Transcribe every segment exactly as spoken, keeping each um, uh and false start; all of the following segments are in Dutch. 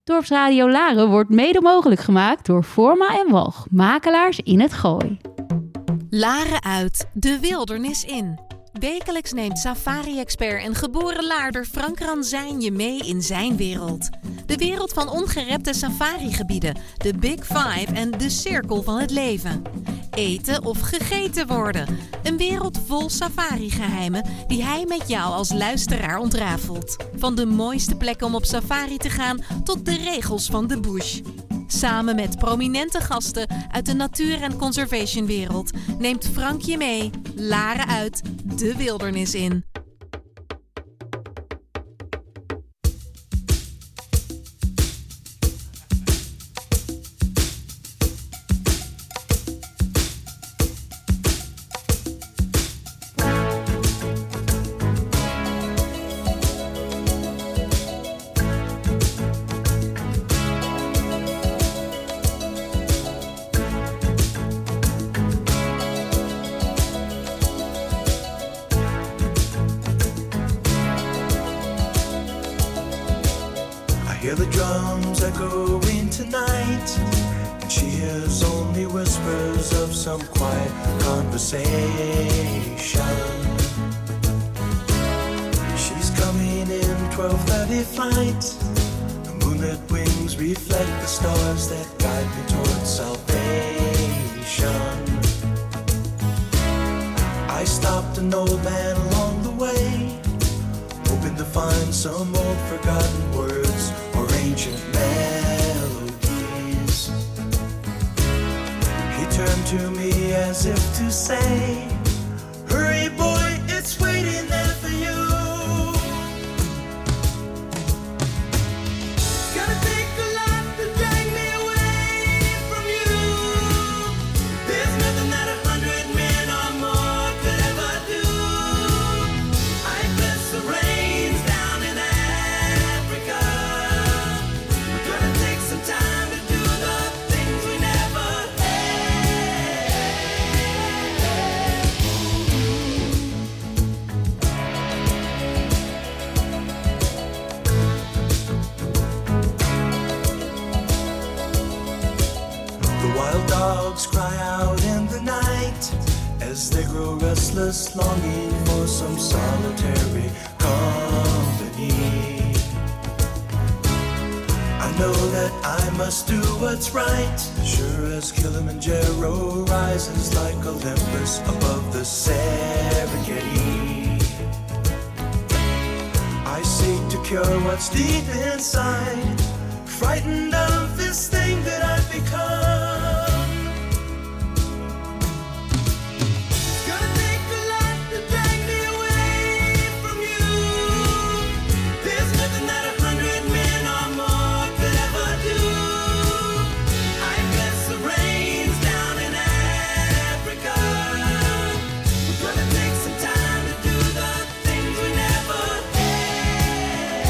Dorpsradio Laren wordt mede mogelijk gemaakt door Forma en Walch, makelaars in het Gooi. Laren uit, de wildernis in. Wekelijks neemt safari-expert en geboren Laarder Frank Ranzijn je mee in zijn wereld. De wereld van ongerepte safarigebieden, de Big Five en de cirkel van het leven. Eten of gegeten worden. Een wereld vol safari-geheimen die hij met jou als luisteraar ontrafelt. Van de mooiste plekken om op safari te gaan tot de regels van de bush. Samen met prominente gasten uit de natuur- en conservationwereld neemt Frank je mee, Laren uit, de wildernis in. Hear the drums echoing tonight, and she hears only whispers of some quiet conversation. She's coming in twelve thirty flight. The moonlit wings reflect the stars that guide me towards salvation. I stopped an old man along the way, hoping to find some old forgotten words or ancient melodies. He turned to me as if to say, hurry boy, it's waiting there for you. It's gonna take a lot to drag me away from you. There's nothing that a hundred men or more could ever do. I bless the rains down in Africa. We're gonna take some time to do the things we never had. The wild dogs cry out in the night as they grow restless, longing for some solitary company. I know that I must do what's right, sure as Kilimanjaro rises like Olympus above the Serengeti. I seek to cure what's deep inside, frightened of this thing that I've become. It's gonna take a lot to drag me away from you. There's nothing that a hundred men or more could ever do. I bless the rains down in Africa. We're gonna take some time to do the things we never had.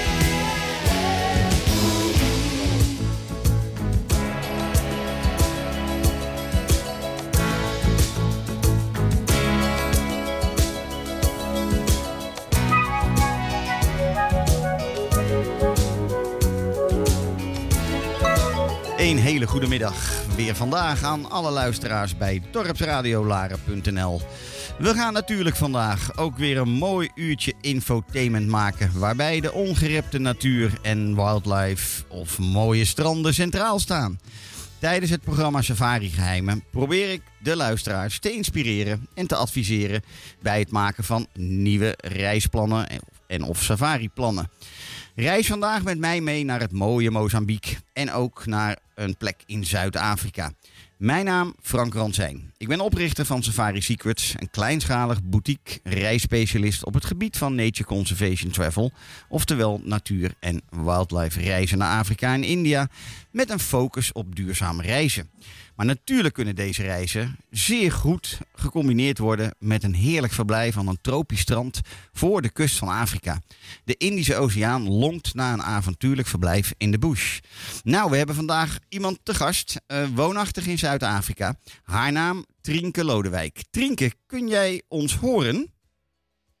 Een hele goede middag. Weer vandaag aan alle luisteraars bij dorpsradiolaren punt n l. We gaan natuurlijk vandaag ook weer een mooi uurtje infotainment maken, waarbij de ongerepte natuur en wildlife of mooie stranden centraal staan. Tijdens het programma Safari Geheimen probeer ik de luisteraars te inspireren en te adviseren bij het maken van nieuwe reisplannen en of safariplannen. Reis vandaag met mij mee naar het mooie Mozambique en ook naar een plek in Zuid-Afrika. Mijn naam Frank Ranzijn. Ik ben oprichter van Safari Secrets, een kleinschalig boutique reisspecialist op het gebied van Nature Conservation Travel, oftewel natuur- en wildlife reizen naar Afrika en India, met een focus op duurzaam reizen. Maar natuurlijk kunnen deze reizen zeer goed gecombineerd worden met een heerlijk verblijf aan een tropisch strand voor de kust van Afrika. De Indische Oceaan lonkt na een avontuurlijk verblijf in de bush. Nou, we hebben vandaag iemand te gast, uh, woonachtig in Zuid-Afrika. Haar naam Trienke Lodewijk. Trienke, kun jij ons horen?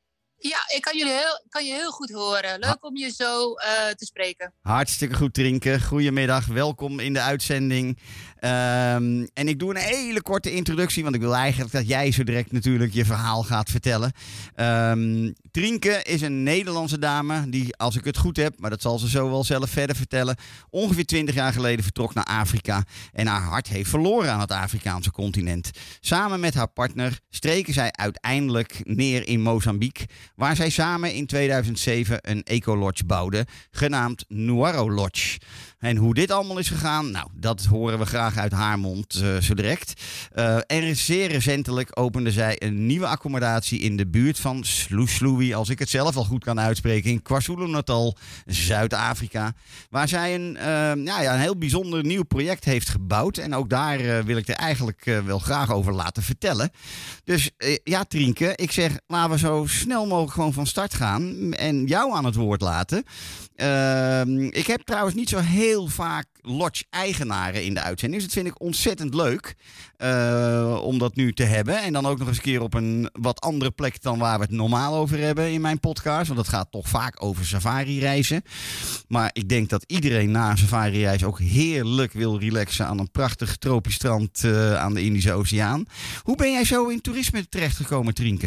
Ja, ik kan, jullie heel, kan je heel goed horen. Leuk om je zo uh, te spreken. Hartstikke goed, Trienke. Goedemiddag, welkom in de uitzending. Um, en ik doe een hele korte introductie, want ik wil eigenlijk dat jij zo direct natuurlijk je verhaal gaat vertellen. Um, Trienke is een Nederlandse dame die, als ik het goed heb, maar dat zal ze zo wel zelf verder vertellen, ongeveer twintig jaar geleden vertrok naar Afrika en haar hart heeft verloren aan het Afrikaanse continent. Samen met haar partner streken zij uiteindelijk neer in Mozambique, waar zij samen in tweeduizend zeven een ecolodge bouwden, genaamd Nuaro Lodge. En hoe dit allemaal is gegaan, nou, dat horen we graag uit haar mond uh, zo direct. Uh, en zeer recentelijk opende zij een nieuwe accommodatie in de buurt van Sloesloei, als ik het zelf al goed kan uitspreken, in KwaZulu-Natal, Zuid-Afrika. Waar zij een, uh, ja, ja, een heel bijzonder nieuw project heeft gebouwd. En ook daar uh, wil ik er eigenlijk uh, wel graag over laten vertellen. Dus uh, ja, Trienke, ik zeg, laten we zo snel mogelijk gewoon van start gaan en jou aan het woord laten. Uh, ik heb trouwens niet zo heel vaak lodge-eigenaren in de uitzending. Dus dat vind ik ontzettend leuk uh, om dat nu te hebben. En dan ook nog eens een keer op een wat andere plek dan waar we het normaal over hebben in mijn podcast. Want dat gaat toch vaak over safari-reizen. Maar ik denk dat iedereen na een safari-reis ook heerlijk wil relaxen aan een prachtig tropisch strand uh, aan de Indische Oceaan. Hoe ben jij zo in toerisme terechtgekomen, Trienke?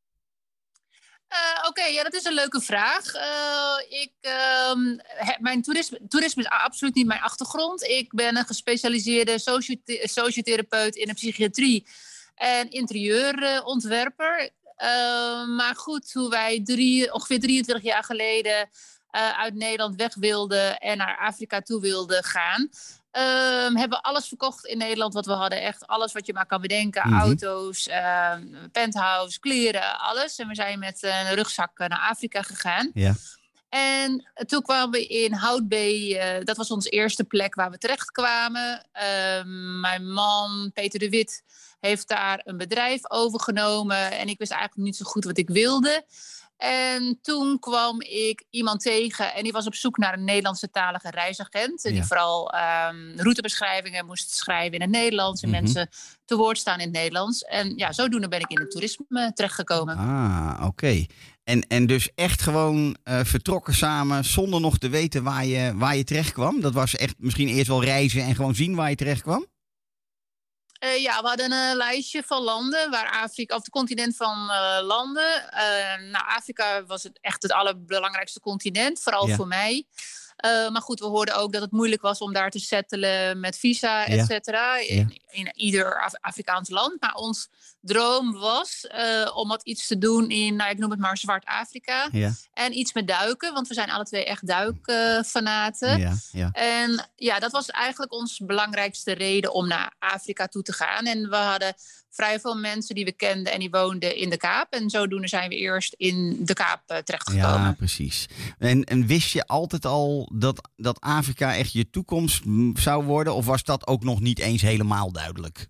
Uh, Oké, okay, ja, dat is een leuke vraag. Uh, ik, uh, he, mijn toerisme, toerisme is absoluut niet mijn achtergrond. Ik ben een gespecialiseerde socio- sociotherapeut in de psychiatrie en interieurontwerper. Uh, maar goed, toen wij drie, ongeveer drieëntwintig jaar geleden uh, uit Nederland weg wilden en naar Afrika toe wilden gaan, Um, hebben we alles verkocht in Nederland wat we hadden. Echt alles wat je maar kan bedenken. Mm-hmm. Auto's, uh, penthouse, kleren, alles. En we zijn met een rugzak naar Afrika gegaan. Ja. En toen kwamen we in Hout Bay. Uh, dat was onze eerste plek waar we terecht kwamen. Uh, mijn man, Peter de Wit, heeft daar een bedrijf overgenomen. En ik wist eigenlijk niet zo goed wat ik wilde. En toen kwam ik iemand tegen en die was op zoek naar een Nederlandse talige reisagent. Ja. Die vooral um, routebeschrijvingen moest schrijven in het Nederlands en mm-hmm. mensen te woord staan in het Nederlands. En ja, zodoende ben ik in het toerisme terechtgekomen. Ah, oké. Okay. En, en dus echt gewoon uh, vertrokken samen zonder nog te weten waar je, waar je terecht kwam? Dat was echt misschien eerst wel reizen en gewoon zien waar je terecht kwam? Uh, ja, we hadden een lijstje van landen, waar Afrika, of het continent van uh, landen. Uh, nou, Afrika was het echt het allerbelangrijkste continent, vooral ja. voor mij. Uh, maar goed, we hoorden ook dat het moeilijk was om daar te settelen met visa, et cetera. Ja. In, in ieder Af- Afrikaans land. Maar ons droom was uh, om wat iets te doen in, nou, ik noem het maar Zwart-Afrika. Ja. En iets met duiken, want we zijn alle twee echt duikfanaten. Ja, ja. En ja, dat was eigenlijk ons belangrijkste reden om naar Afrika toe te gaan. En we hadden vrij veel mensen die we kenden en die woonden in de Kaap. En zodoende zijn we eerst in de Kaap uh, terechtgekomen. Ja, precies. En, en wist je altijd al dat, dat Afrika echt je toekomst zou worden? Of was dat ook nog niet eens helemaal duidelijk?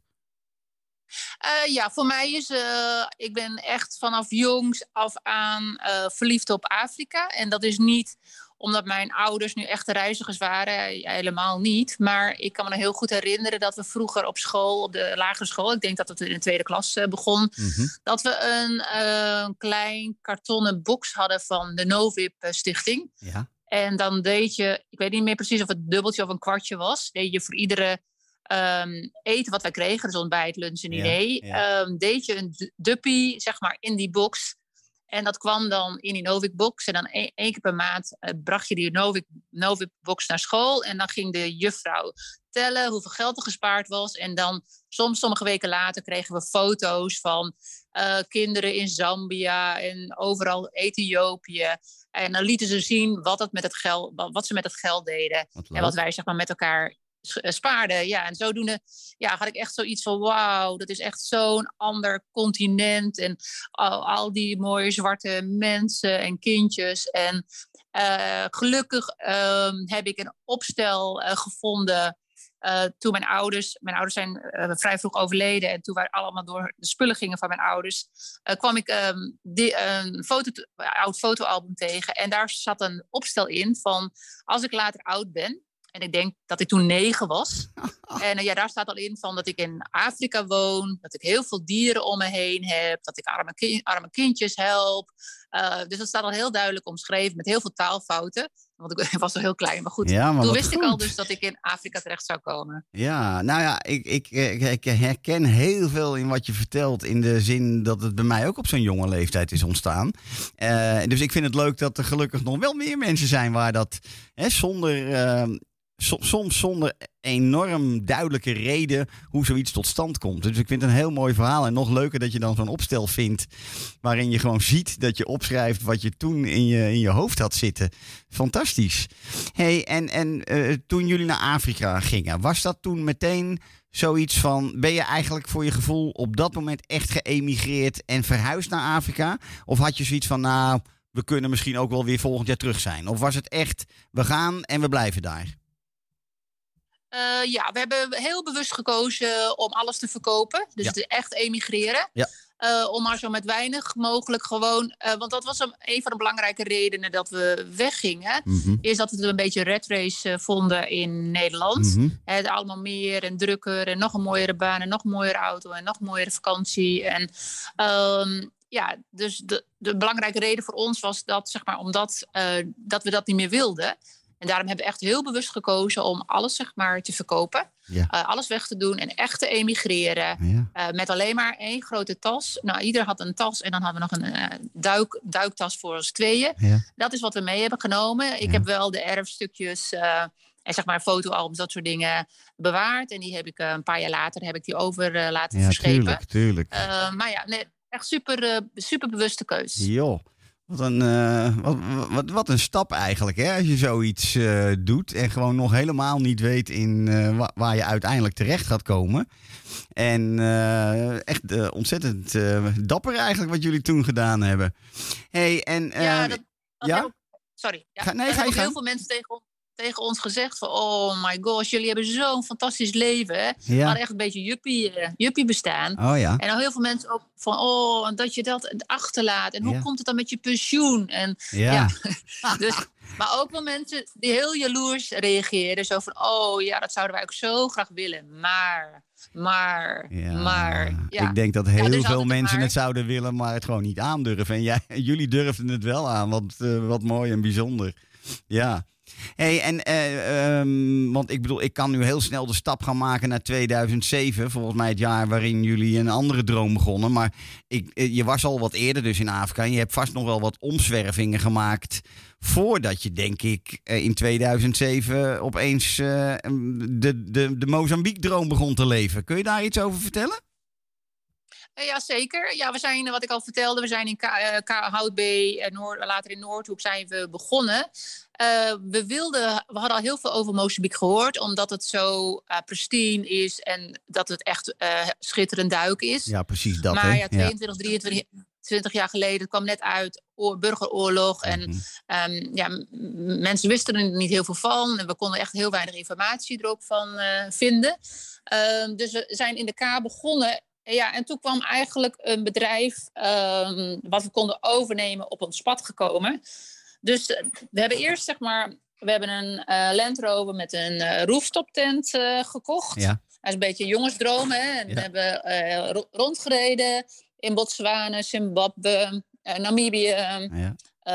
Uh, ja, voor mij is... Uh, ik ben echt vanaf jongs af aan uh, verliefd op Afrika. En dat is niet omdat mijn ouders nu echte reizigers waren. Ja, helemaal niet. Maar ik kan me nog heel goed herinneren dat we vroeger op school, op de lagere school, ik denk dat het in de tweede klas uh, begon, mm-hmm. dat we een uh, klein kartonnen box hadden van de Novib Stichting. Ja. En dan deed je, ik weet niet meer precies of het een dubbeltje of een kwartje was, deed je voor iedere um, eten wat wij kregen, dus ontbijt, lunch en diner, ja, ja. Um, deed je een duppie, zeg maar, in die box. En dat kwam dan in die Novib-box. En dan één keer per maand uh, bracht je die Novib-box naar school. En dan ging de juffrouw tellen hoeveel geld er gespaard was. En dan soms, sommige weken later, kregen we foto's van uh, kinderen in Zambia en overal Ethiopië. En dan lieten ze zien wat, het met het geld, wat ze met het geld deden. Wat en wat wij, zeg maar, met elkaar spaarden. Ja, en zodoende ja, had ik echt zoiets van wauw, dat is echt zo'n ander continent. En al, al die mooie zwarte mensen en kindjes. En uh, gelukkig uh, heb ik een opstel uh, gevonden uh, toen mijn ouders, mijn ouders zijn uh, vrij vroeg overleden. En toen wij allemaal door de spullen gingen van mijn ouders, uh, kwam ik um, die, een foto, oud fotoalbum tegen. En daar zat een opstel in van als ik later oud ben. En ik denk dat ik toen negen was. En uh, ja, daar staat al in van dat ik in Afrika woon. Dat ik heel veel dieren om me heen heb. Dat ik arme, ki- arme kindjes help. Uh, dus dat staat al heel duidelijk omschreven met heel veel taalfouten. Want ik was al heel klein, maar goed. Ja, maar Toen wat wist goed. ik al dus dat ik in Afrika terecht zou komen. Ja, nou ja, ik, ik, ik, ik herken heel veel in wat je vertelt. In de zin dat het bij mij ook op zo'n jonge leeftijd is ontstaan. Uh, dus ik vind het leuk dat er gelukkig nog wel meer mensen zijn waar dat hè, zonder... Uh, So, soms zonder enorm duidelijke reden hoe zoiets tot stand komt. Dus ik vind het een heel mooi verhaal. En nog leuker dat je dan zo'n opstel vindt waarin je gewoon ziet dat je opschrijft wat je toen in je, in je hoofd had zitten. Fantastisch. Hey, en en uh, toen jullie naar Afrika gingen, was dat toen meteen zoiets van... Ben je eigenlijk voor je gevoel op dat moment echt geëmigreerd en verhuisd naar Afrika? Of had je zoiets van, nou, we kunnen misschien ook wel weer volgend jaar terug zijn? Of was het echt, we gaan en we blijven daar? Uh, ja, we hebben heel bewust gekozen om alles te verkopen. Dus Ja. het is echt emigreren. Ja. Uh, om maar zo met weinig mogelijk gewoon... Uh, want dat was een, een van de belangrijke redenen dat we weggingen. Mm-hmm. Is dat we het een beetje red race uh, vonden in Nederland. Mm-hmm. Het allemaal meer en drukker en nog een mooiere baan en nog een mooiere auto en nog een mooiere vakantie. En um, ja, dus de, de belangrijke reden voor ons was dat, zeg maar, omdat uh, dat we dat niet meer wilden. En daarom hebben we echt heel bewust gekozen om alles, zeg maar, te verkopen. Ja. Uh, alles weg te doen en echt te emigreren. Ja. Uh, met alleen maar één grote tas. Nou, ieder had een tas en dan hadden we nog een uh, duik, duiktas voor ons tweeën. Ja. Dat is wat we mee hebben genomen. Ik Ja. heb wel de erfstukjes uh, en zeg maar fotoalbums, dat soort dingen bewaard. En die heb ik uh, een paar jaar later heb ik die over uh, laten Ja, verschepen. tuurlijk, tuurlijk. Uh, maar ja, nee, echt super, uh, super bewuste keus. Joh. Wat een, uh, wat, wat, wat een stap eigenlijk, hè? Als je zoiets uh, doet en gewoon nog helemaal niet weet in, uh, wa- waar je uiteindelijk terecht gaat komen. En uh, echt uh, ontzettend uh, dapper eigenlijk wat jullie toen gedaan hebben. Hey, en, uh, ja, dat, dat ja? heb ik- sorry. Ja, Ga- nee, dat ga je hebben ook gang. heel veel mensen tegen, on- tegen ons gezegd van... oh my gosh, jullie hebben zo'n fantastisch leven. Hè? We Ja. hadden echt een beetje juppie, uh, juppie bestaan. Oh ja. En dan heel veel mensen ook van... oh, dat je dat achterlaat. En hoe Ja. komt het dan met je pensioen? En, Ja. ja. dus, maar ook wel mensen die heel jaloers reageerden. Zo van, oh ja, dat zouden wij ook zo graag willen. Maar, maar, Ja, maar. Ja. Ik denk dat heel Ja, dus veel altijd mensen maar. het zouden willen, maar het gewoon niet aandurven. En jij, jullie durfden het wel aan. Wat, uh, wat mooi en bijzonder. Ja. Hey, en, uh, um, want ik bedoel, ik kan nu heel snel de stap gaan maken naar tweeduizend zeven. Volgens mij het jaar waarin jullie een andere droom begonnen. Maar ik, je was al wat eerder dus in Afrika. En je hebt vast nog wel wat omzwervingen gemaakt. Voordat je, denk ik, in tweeduizend zeven opeens uh, de, de, de Mozambique-droom begon te leven. Kun je daar iets over vertellen? Ja, zeker. Ja, we zijn, wat ik al vertelde, we zijn in Ka- uh, Ka- Houtbee en Noord, later in Noordhoek zijn we begonnen. Uh, we, wilden, we hadden al heel veel over Mozambique gehoord, omdat het zo uh, pristine is en dat het echt uh, schitterend duik is. Ja, precies dat. maar hè? ja, tweeëntwintig, drieëntwintig twintig jaar geleden, het kwam net uit, oor, burgeroorlog. En Mm-hmm. um, ja, m- mensen wisten er niet heel veel van. En we konden echt heel weinig informatie erop van uh, vinden. Um, dus we zijn in de K begonnen. Ja, en toen kwam eigenlijk een bedrijf um, wat we konden overnemen op ons pad gekomen. Dus uh, we hebben eerst, zeg maar, we hebben een uh, Land Rover met een uh, rooftop tent uh, gekocht. Ja. Dat is een beetje jongensdroom, hè. En Ja. we hebben uh, ro- rondgereden in Botswana, Zimbabwe, uh, Namibië, Ja.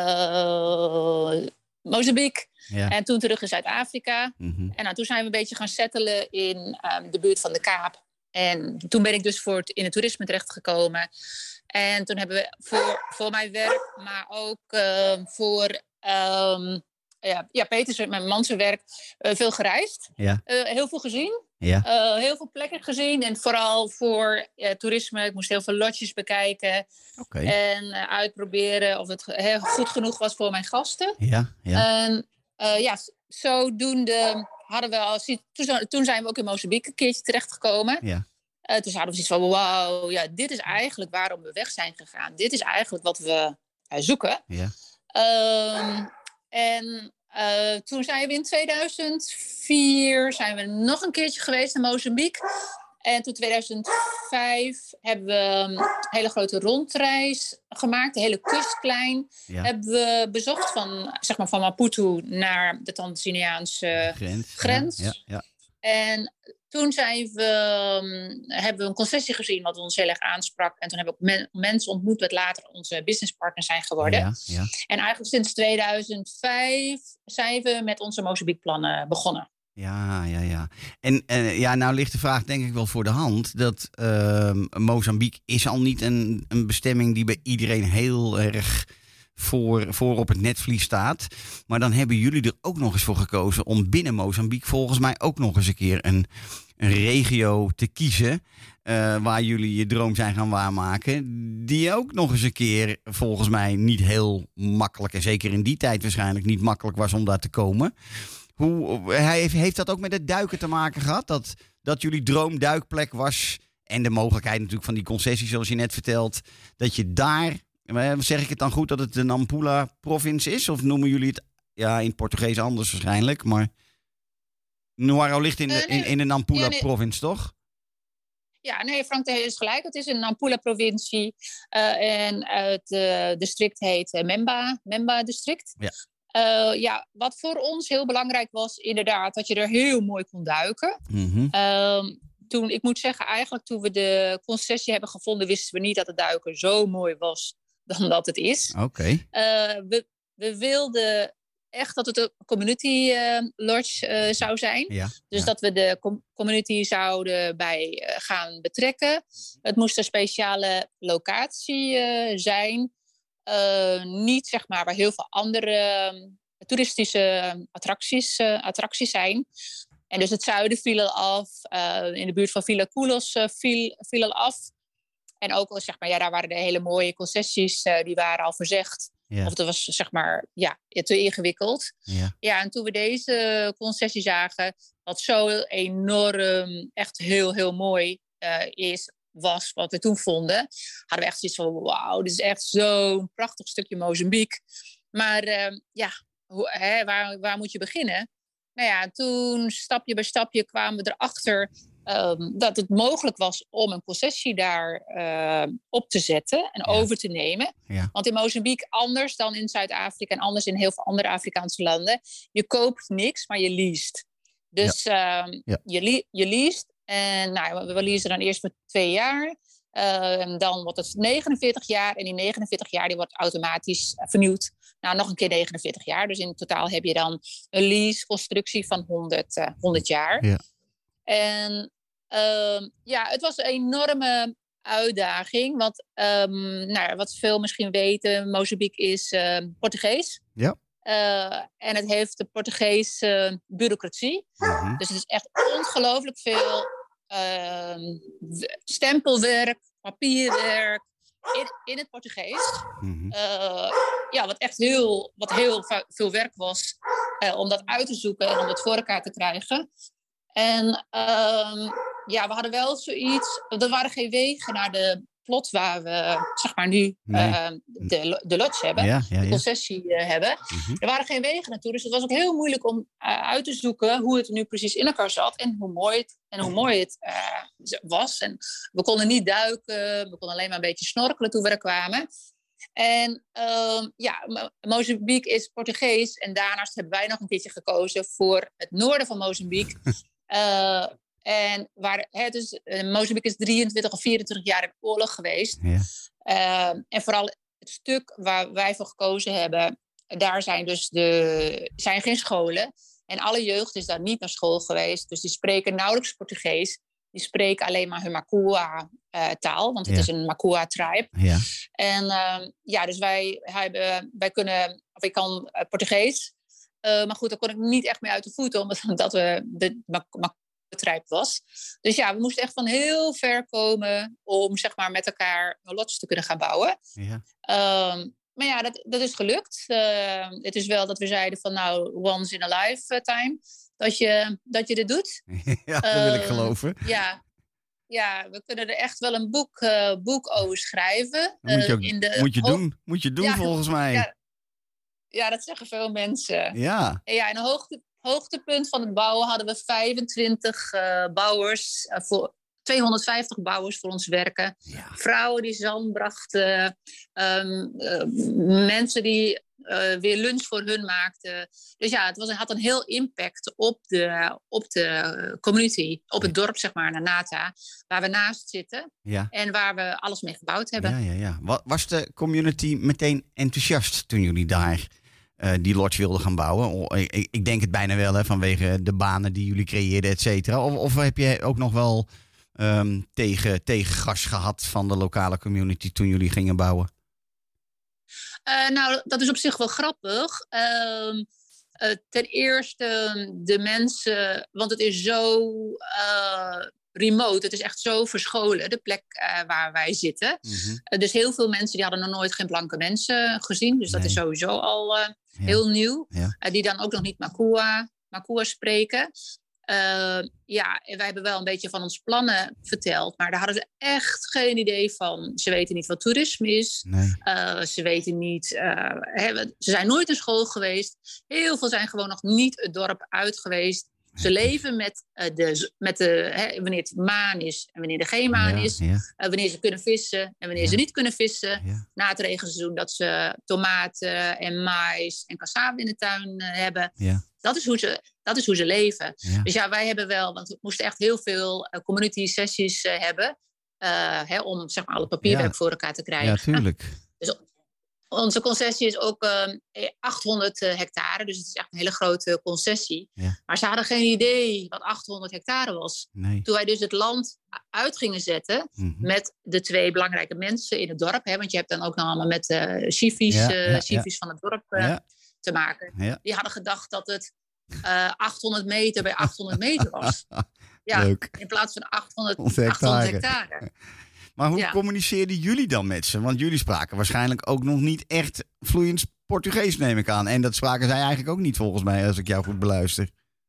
uh, Mozambique. Ja. En toen terug in Zuid-Afrika. Mm-hmm. En nou, toen zijn we een beetje gaan settelen in um, de buurt van de Kaap. En toen ben ik dus voor het, in het toerisme terechtgekomen. En toen hebben we voor, voor mijn werk, maar ook uh, voor um, ja, ja, Peters, mijn man zijn werk, uh, veel gereisd. Ja. Uh, heel veel gezien. Ja. Uh, heel veel plekken gezien. En vooral voor uh, toerisme. Ik moest heel veel lodges bekijken. Oké. En uh, uitproberen of het heel goed genoeg was voor mijn gasten. Ja. Ja. En uh, ja, zodoende hadden we al... Toen, toen zijn we ook in Mozambique een keertje terechtgekomen. Ja. Uh, toen hadden we zoiets van, wauw, ja, dit is eigenlijk waarom we weg zijn gegaan. Dit is eigenlijk wat we uh, zoeken. Ja. Um, en uh, toen zijn we in tweeduizend vier zijn we nog een keertje geweest naar Mozambique. En toen tweeduizend vijf hebben we een hele grote rondreis gemaakt. De hele kustlijn Ja. hebben we bezocht. Van, zeg maar, van Maputo naar de Tanzaniaanse Grens. grens. Ja. Ja. En toen zijn we, um, hebben we een concessie gezien wat ons heel erg aansprak. En toen hebben we ook men- mensen ontmoet wat later onze businesspartners zijn geworden. Ja, ja. En eigenlijk sinds tweeduizend vijf zijn we met onze Mozambique-plannen begonnen. Ja, ja, ja. En uh, ja, nou ligt de vraag denk ik wel voor de hand. Dat uh, Mozambique is al niet een, een bestemming die bij iedereen heel erg voor, voor op het netvlies staat. Maar dan hebben jullie er ook nog eens voor gekozen om binnen Mozambique volgens mij ook nog eens een keer een, een regio te kiezen. Uh, waar jullie je droom zijn gaan waarmaken. Die ook nog eens een keer volgens mij niet heel makkelijk, en zeker in die tijd waarschijnlijk niet makkelijk was om daar te komen. Hoe, heeft, heeft dat ook met het duiken te maken gehad? Dat, dat jullie droomduikplek was en de mogelijkheid natuurlijk van die concessies zoals je net vertelt. Dat je daar, zeg ik het dan goed dat het de Nampula-provincie is? Of noemen jullie het, ja, in het Portugees anders waarschijnlijk, maar Nuaro ligt in de, Uh, nee. in, in de Nampula-provincie, Ja, nee. toch? Ja, nee, Frank is gelijk. Het is een Nampula-provincie. Uh, en het uh, district heet uh, Memba, Memba-district. Ja. Uh, ja, wat voor ons heel belangrijk was, inderdaad, dat je er heel mooi kon duiken. Mm-hmm. Um, toen, ik moet zeggen, eigenlijk toen we de concessie hebben gevonden, wisten we niet dat het duiken zo mooi was dan dat het is. Oké. Okay. Uh, we, we wilden echt dat het een community uh, lodge uh, zou zijn. Ja, dus ja. dat we de com- community zouden bij uh, gaan betrekken. Het moest een speciale locatie uh, zijn. Uh, niet zeg maar waar heel veel andere uh, toeristische attracties, uh, attracties zijn. En dus het zuiden viel al af. Uh, in de buurt van Villa Koulos uh, viel, viel al af. En ook al zeg maar, ja, daar waren de hele mooie concessies, uh, die waren al verzegd. Ja. Of dat was zeg maar ja, te ingewikkeld. Ja. ja, en toen we deze concessie zagen, wat zo enorm, echt heel, heel mooi uh, is, was wat we toen vonden, hadden we echt zoiets van, wauw, dit is echt zo'n prachtig stukje Mozambique. Maar uh, ja, hoe, hè, waar, waar moet je beginnen? Nou ja, toen stapje bij stapje kwamen we erachter Um, dat het mogelijk was om een concessie daar uh, op te zetten en ja. over te nemen. Ja. Want in Mozambique, anders dan in Zuid-Afrika en anders in heel veel andere Afrikaanse landen, je koopt niks, maar je leest. Dus ja. Um, ja. je, le- je leest en nou, we leasen dan eerst voor twee jaar. Uh, dan wordt het negenenveertig jaar en die negenenveertig jaar die wordt automatisch vernieuwd. Nou, nog een keer negenenveertig jaar. Dus in totaal heb je dan een lease-constructie van honderd, uh, honderd jaar. Ja. En uh, ja, het was een enorme uitdaging. Want um, nou, wat veel misschien weten, Mozambique is uh, Portugees. Ja. Uh, en het heeft de Portugese uh, bureaucratie. Mm-hmm. Dus het is echt ongelooflijk veel uh, stempelwerk, papierwerk in, in het Portugees. Mm-hmm. Uh, ja, wat echt heel, wat heel veel werk was uh, om dat uit te zoeken en om dat voor elkaar te krijgen. En um, ja, we hadden wel zoiets. Er waren geen wegen naar de plot waar we zeg maar nu nee. uh, de, de lodge hebben, ja, ja, ja. de concessie uh, hebben. Mm-hmm. Er waren geen wegen naartoe, dus het was ook heel moeilijk om uh, uit te zoeken hoe het nu precies in elkaar zat en hoe mooi het, en hoe mooi het uh, was. En we konden niet duiken, we konden alleen maar een beetje snorkelen toen we er kwamen. En uh, ja, Mozambique is Portugees en daarnaast hebben wij nog een keertje gekozen voor het noorden van Mozambique. Uh, en waar, hè, dus, uh, Mozambique is drieëntwintig of vierentwintig jaar in oorlog geweest. Ja. Uh, en vooral het stuk waar wij voor gekozen hebben, daar zijn dus de, zijn geen scholen. En alle jeugd is daar niet naar school geweest. Dus die spreken nauwelijks Portugees. Die spreken alleen maar hun Makua-taal, uh, want het ja. is een Makua-tribe. Ja. En uh, ja, dus wij, hebben, wij kunnen, of ik kan uh, Portugees. Uh, maar goed, daar kon ik niet echt mee uit de voeten, omdat we de Makua-tribe was. Dus ja, we moesten echt van heel ver komen om zeg maar met elkaar een lodge te kunnen gaan bouwen. Ja. Um, maar ja, dat, dat is gelukt. Uh, het is wel dat we zeiden van nou, once in a lifetime. Dat je, dat je dit doet. Ja, dat wil uh, ik geloven. Ja, ja, we kunnen er echt wel een boek, uh, boek over schrijven. Dat moet je, ook, uh, in de moet je hoog... doen, moet je doen ja, volgens mij. Ja, ja, dat zeggen veel mensen. Ja. En ja, in een hoogte, hoogtepunt van het bouwen hadden we vijfentwintig uh, bouwers, uh, voor tweehonderdvijftig bouwers voor ons werken. Ja. Vrouwen die zand brachten, um, uh, mensen die uh, weer lunch voor hun maakten. Dus ja, het was, had een heel impact op de, op de community, op het dorp, zeg maar, Nanata, waar we naast zitten Ja. en waar we alles mee gebouwd hebben. Ja, ja, ja. Wa- Was de community meteen enthousiast toen jullie daar uh, die lodge wilden gaan bouwen? O, ik, ik denk het bijna wel, hè, vanwege de banen die jullie creëerden, et cetera. Of, of heb je ook nog wel um, tegen, tegengas gehad van de lokale community toen jullie gingen bouwen? Uh, nou, dat is op zich wel grappig. Uh, uh, ten eerste de mensen, want het is zo uh, remote, het is echt zo verscholen, de plek uh, waar wij zitten. Mm-hmm. Uh, dus heel veel mensen die hadden nog nooit geen blanke mensen gezien. Dus nee. Dat is sowieso al uh, ja. heel nieuw. Ja. Uh, die dan ook nog niet Makua, Makua spreken. Uh, ja, en wij hebben wel een beetje van ons plannen verteld, maar daar hadden ze echt geen idee van. Ze weten niet wat toerisme is. Nee. Uh, ze weten niet. Uh, he, ze zijn nooit naar school geweest. Heel veel zijn gewoon nog niet het dorp uit geweest. Ze leven met, uh, de, met de, he, wanneer het maan is en wanneer er geen maan ja, is. Ja. Uh, wanneer ze kunnen vissen en wanneer ja. ze niet kunnen vissen. Ja. Na het regenseizoen dat ze tomaten en mais en cassave in de tuin uh, hebben. Ja. Dat is hoe ze, dat is hoe ze leven. Ja. Dus ja, wij hebben wel, want we moesten echt heel veel uh, community sessies uh, hebben. Uh, hè, om zeg maar alle papierwerk ja. voor elkaar te krijgen. Ja, tuurlijk. Dus onze concessie is ook uh, achthonderd hectare. Dus het is echt een hele grote concessie. Ja. Maar ze hadden geen idee wat achthonderd hectare was. Nee. Toen wij dus het land uit gingen zetten. Mm-hmm. Met de twee belangrijke mensen in het dorp. Hè, want je hebt dan ook nog allemaal met uh, chifies, ja, uh, ja, chifies ja. van het dorp uh, ja. te maken. Ja. Die hadden gedacht dat het uh, achthonderd meter bij achthonderd meter was. Ja, leuk. In plaats van achthonderd hectare. achthonderd hectare. Maar hoe ja. communiceerden jullie dan met ze? Want jullie spraken waarschijnlijk ook nog niet echt vloeiend Portugees, neem ik aan. En dat spraken zij eigenlijk ook niet, volgens mij, als ik jou goed beluister.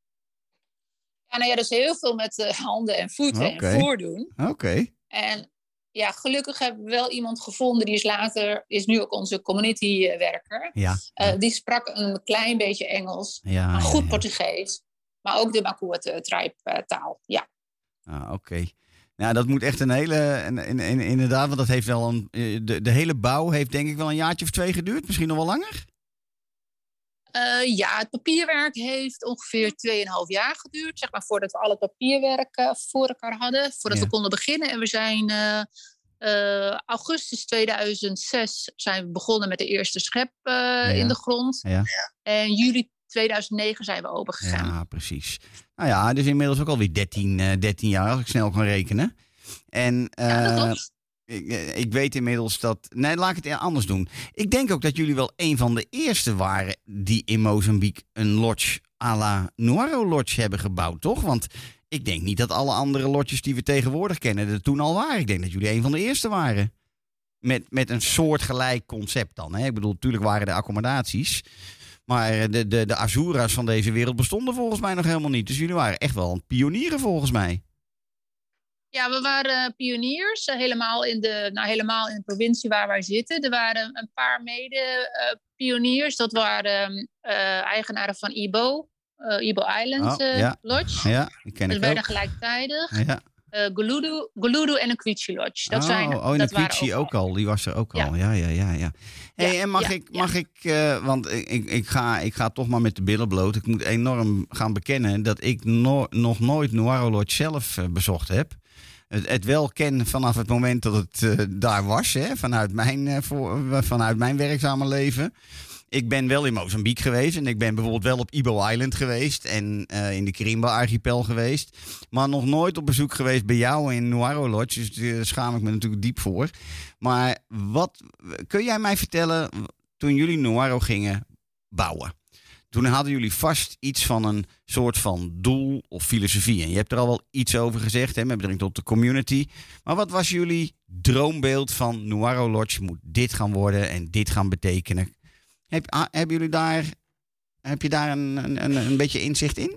Ja, nou ja, dus heel veel met uh, handen en voeten okay. en voordoen. Oké. Okay. En ja, gelukkig hebben we wel iemand gevonden, die is later, is nu ook onze community-werker. Ja. Uh, die sprak een klein beetje Engels, ja, maar goed ja, ja. Portugees. Maar ook de Makua-tribe-taal, ja. Ah, oké. Okay. Nou, dat moet echt een hele, een, een, een, inderdaad, want dat heeft wel een, de, de hele bouw heeft denk ik wel een jaartje of twee geduurd, misschien nog wel langer? Uh, ja, het papierwerk heeft ongeveer tweeënhalf jaar geduurd, zeg maar, voordat we al het papierwerk uh, voor elkaar hadden, voordat ja. we konden beginnen. En we zijn uh, uh, augustus tweeduizend zes zijn we begonnen met de eerste schep uh, ja. in de grond. Ja. En juli tweeduizend negen zijn we open gegaan. Ja, precies. Nou ja, dus inmiddels ook alweer dertien, uh, dertien jaar, als ik snel kan rekenen. En uh, ja, dat klopt. Ik, ik weet inmiddels dat... Nee, laat ik het anders doen. Ik denk ook dat jullie wel een van de eerste waren die in Mozambique een lodge à la Nuaro Lodge hebben gebouwd, toch? Want ik denk niet dat alle andere lodges die we tegenwoordig kennen er toen al waren. Ik denk dat jullie een van de eerste waren. Met, met een soortgelijk concept dan. Hè? Ik bedoel, natuurlijk waren er accommodaties. Maar de, de, de Azura's van deze wereld bestonden volgens mij nog helemaal niet. Dus jullie waren echt wel een pionieren volgens mij. Ja, we waren pioniers. Helemaal in de, nou, helemaal in de provincie waar wij zitten. Er waren een paar mede-pioniers. Uh, dat waren uh, eigenaren van Ibo. Uh, Ibo Island uh, oh, ja. Lodge. Ja, die ken ik ook. Dat werden gelijktijdig. Ja. Uh, Guludu, Guludu en een Quiche Lodge. Dat oh, zijn, oh, en een Quiche ook, ook al. Die was er ook ja. al. Ja, ja, ja. ja. Hey, ja en mag ja, ik, mag ja. ik uh, want ik, ik, ga, ik ga toch maar met de billen bloot. Ik moet enorm gaan bekennen dat ik no, nog nooit Nuaro Lodge zelf uh, bezocht heb. Het, het wel ken vanaf het moment dat het uh, daar was. Hè, vanuit, mijn, uh, voor, uh, vanuit mijn werkzame leven. Ik ben wel in Mozambique geweest. En ik ben bijvoorbeeld wel op Ibo Island geweest. En uh, in de Kirimba-archipel geweest. Maar nog nooit op bezoek geweest bij jou in Nuaro Lodge. Dus daar schaam ik me natuurlijk diep voor. Maar wat kun jij mij vertellen, toen jullie Nuaro gingen bouwen? Toen hadden jullie vast iets van een soort van doel of filosofie. En je hebt er al wel iets over gezegd, hè, met betrekking tot de community. Maar wat was jullie droombeeld van Nuaro Lodge? Moet dit gaan worden en dit gaan betekenen? Heb, ah, hebben jullie daar, heb je daar een, een, een beetje inzicht in?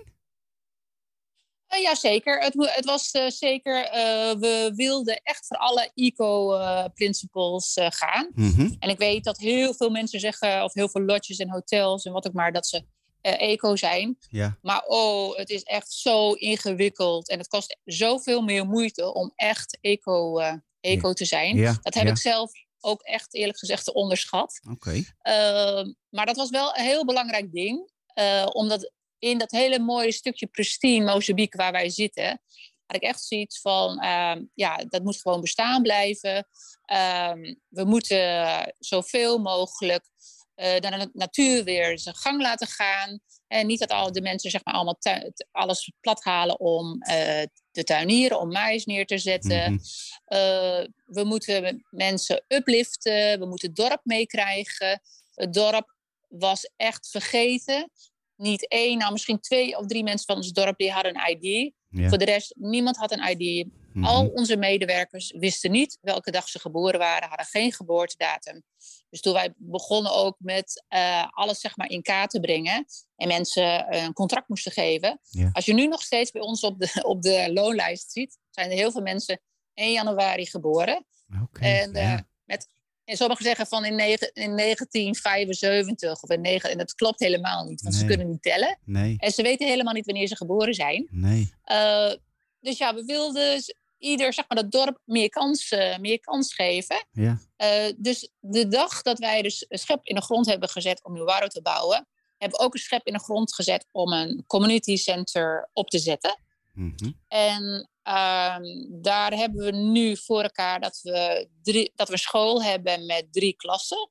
Uh, ja, zeker. Het, het was uh, zeker, uh, we wilden echt voor alle eco-principles uh, uh, gaan. Mm-hmm. En ik weet dat heel veel mensen zeggen, of heel veel lodges en hotels en wat ook maar, dat ze uh, eco zijn. Ja. Maar oh, het is echt zo ingewikkeld. En het kost zoveel meer moeite om echt eco, uh, eco te zijn. Ja. Dat heb ja. ik zelf ook echt eerlijk gezegd onderschat. Oké. Uh, maar dat was wel een heel belangrijk ding. Uh, omdat in dat hele mooie stukje pristine Mozambique waar wij zitten, had ik echt zoiets van, uh, ja, dat moet gewoon bestaan blijven. Uh, we moeten zoveel mogelijk uh, de natuur weer zijn gang laten gaan. En niet dat al de mensen zeg maar allemaal tu- alles plat halen om uh, te tuinieren, om mais neer te zetten. Mm-hmm. Uh, we moeten mensen upliften, we moeten het dorp meekrijgen. Het dorp was echt vergeten. Niet één, nou misschien twee of drie mensen van ons dorp die hadden een I D. Ja. Voor de rest, niemand had een I D. Mm-hmm. Al onze medewerkers wisten niet welke dag ze geboren waren, hadden geen geboortedatum. Dus toen wij begonnen ook met uh, alles zeg maar in kaart te brengen en mensen een contract moesten geven. Ja. Als je nu nog steeds bij ons op de, op de loonlijst ziet, zijn er heel veel mensen één januari geboren. Okay, en, uh, ja. met, en sommigen zeggen van in, negen, in negentien vijfenzeventig of in negen, en dat klopt helemaal niet, want nee. ze kunnen niet tellen. Nee. En ze weten helemaal niet wanneer ze geboren zijn. Nee. Uh, dus ja, we wilden ieder, zeg maar, dat dorp meer kans, uh, meer kans geven. Ja. Uh, dus de dag dat wij dus een schep in de grond hebben gezet om Nuwaro te bouwen, hebben we ook een schep in de grond gezet om een community center op te zetten. Mm-hmm. En uh, daar hebben we nu voor elkaar dat we, drie, dat we school hebben met drie klassen.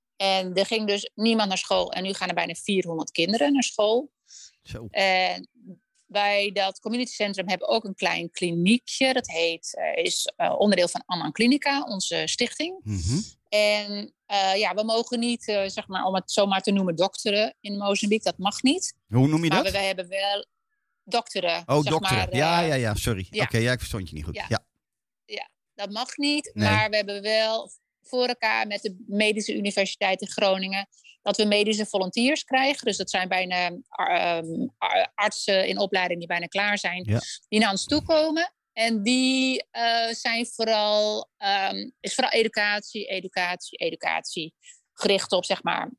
En er ging dus niemand naar school. En nu gaan er bijna vierhonderd kinderen naar school. Zo. En bij dat community centrum hebben we ook een klein kliniekje. Dat heet, uh, is uh, onderdeel van Annan Clinica, onze stichting. Mm-hmm. En uh, ja, we mogen niet, uh, zeg maar, om het zomaar te noemen, dokteren in Mozambique. Dat mag niet. Hoe noem je maar dat? Maar we, we hebben wel dokteren. Oh, zeg dokteren. Maar, uh, ja, ja, ja, sorry. Ja. Oké, okay, ja, ik verstond je niet goed. Ja, ja. ja dat mag niet. Nee. Maar we hebben wel voor elkaar met de Medische Universiteit in Groningen dat we medische volunteers krijgen. Dus dat zijn bijna um, artsen in opleiding die bijna klaar zijn. Ja. Die naar ons toe komen. En die uh, zijn vooral, um, is vooral educatie, educatie, educatie. Gericht op, zeg maar,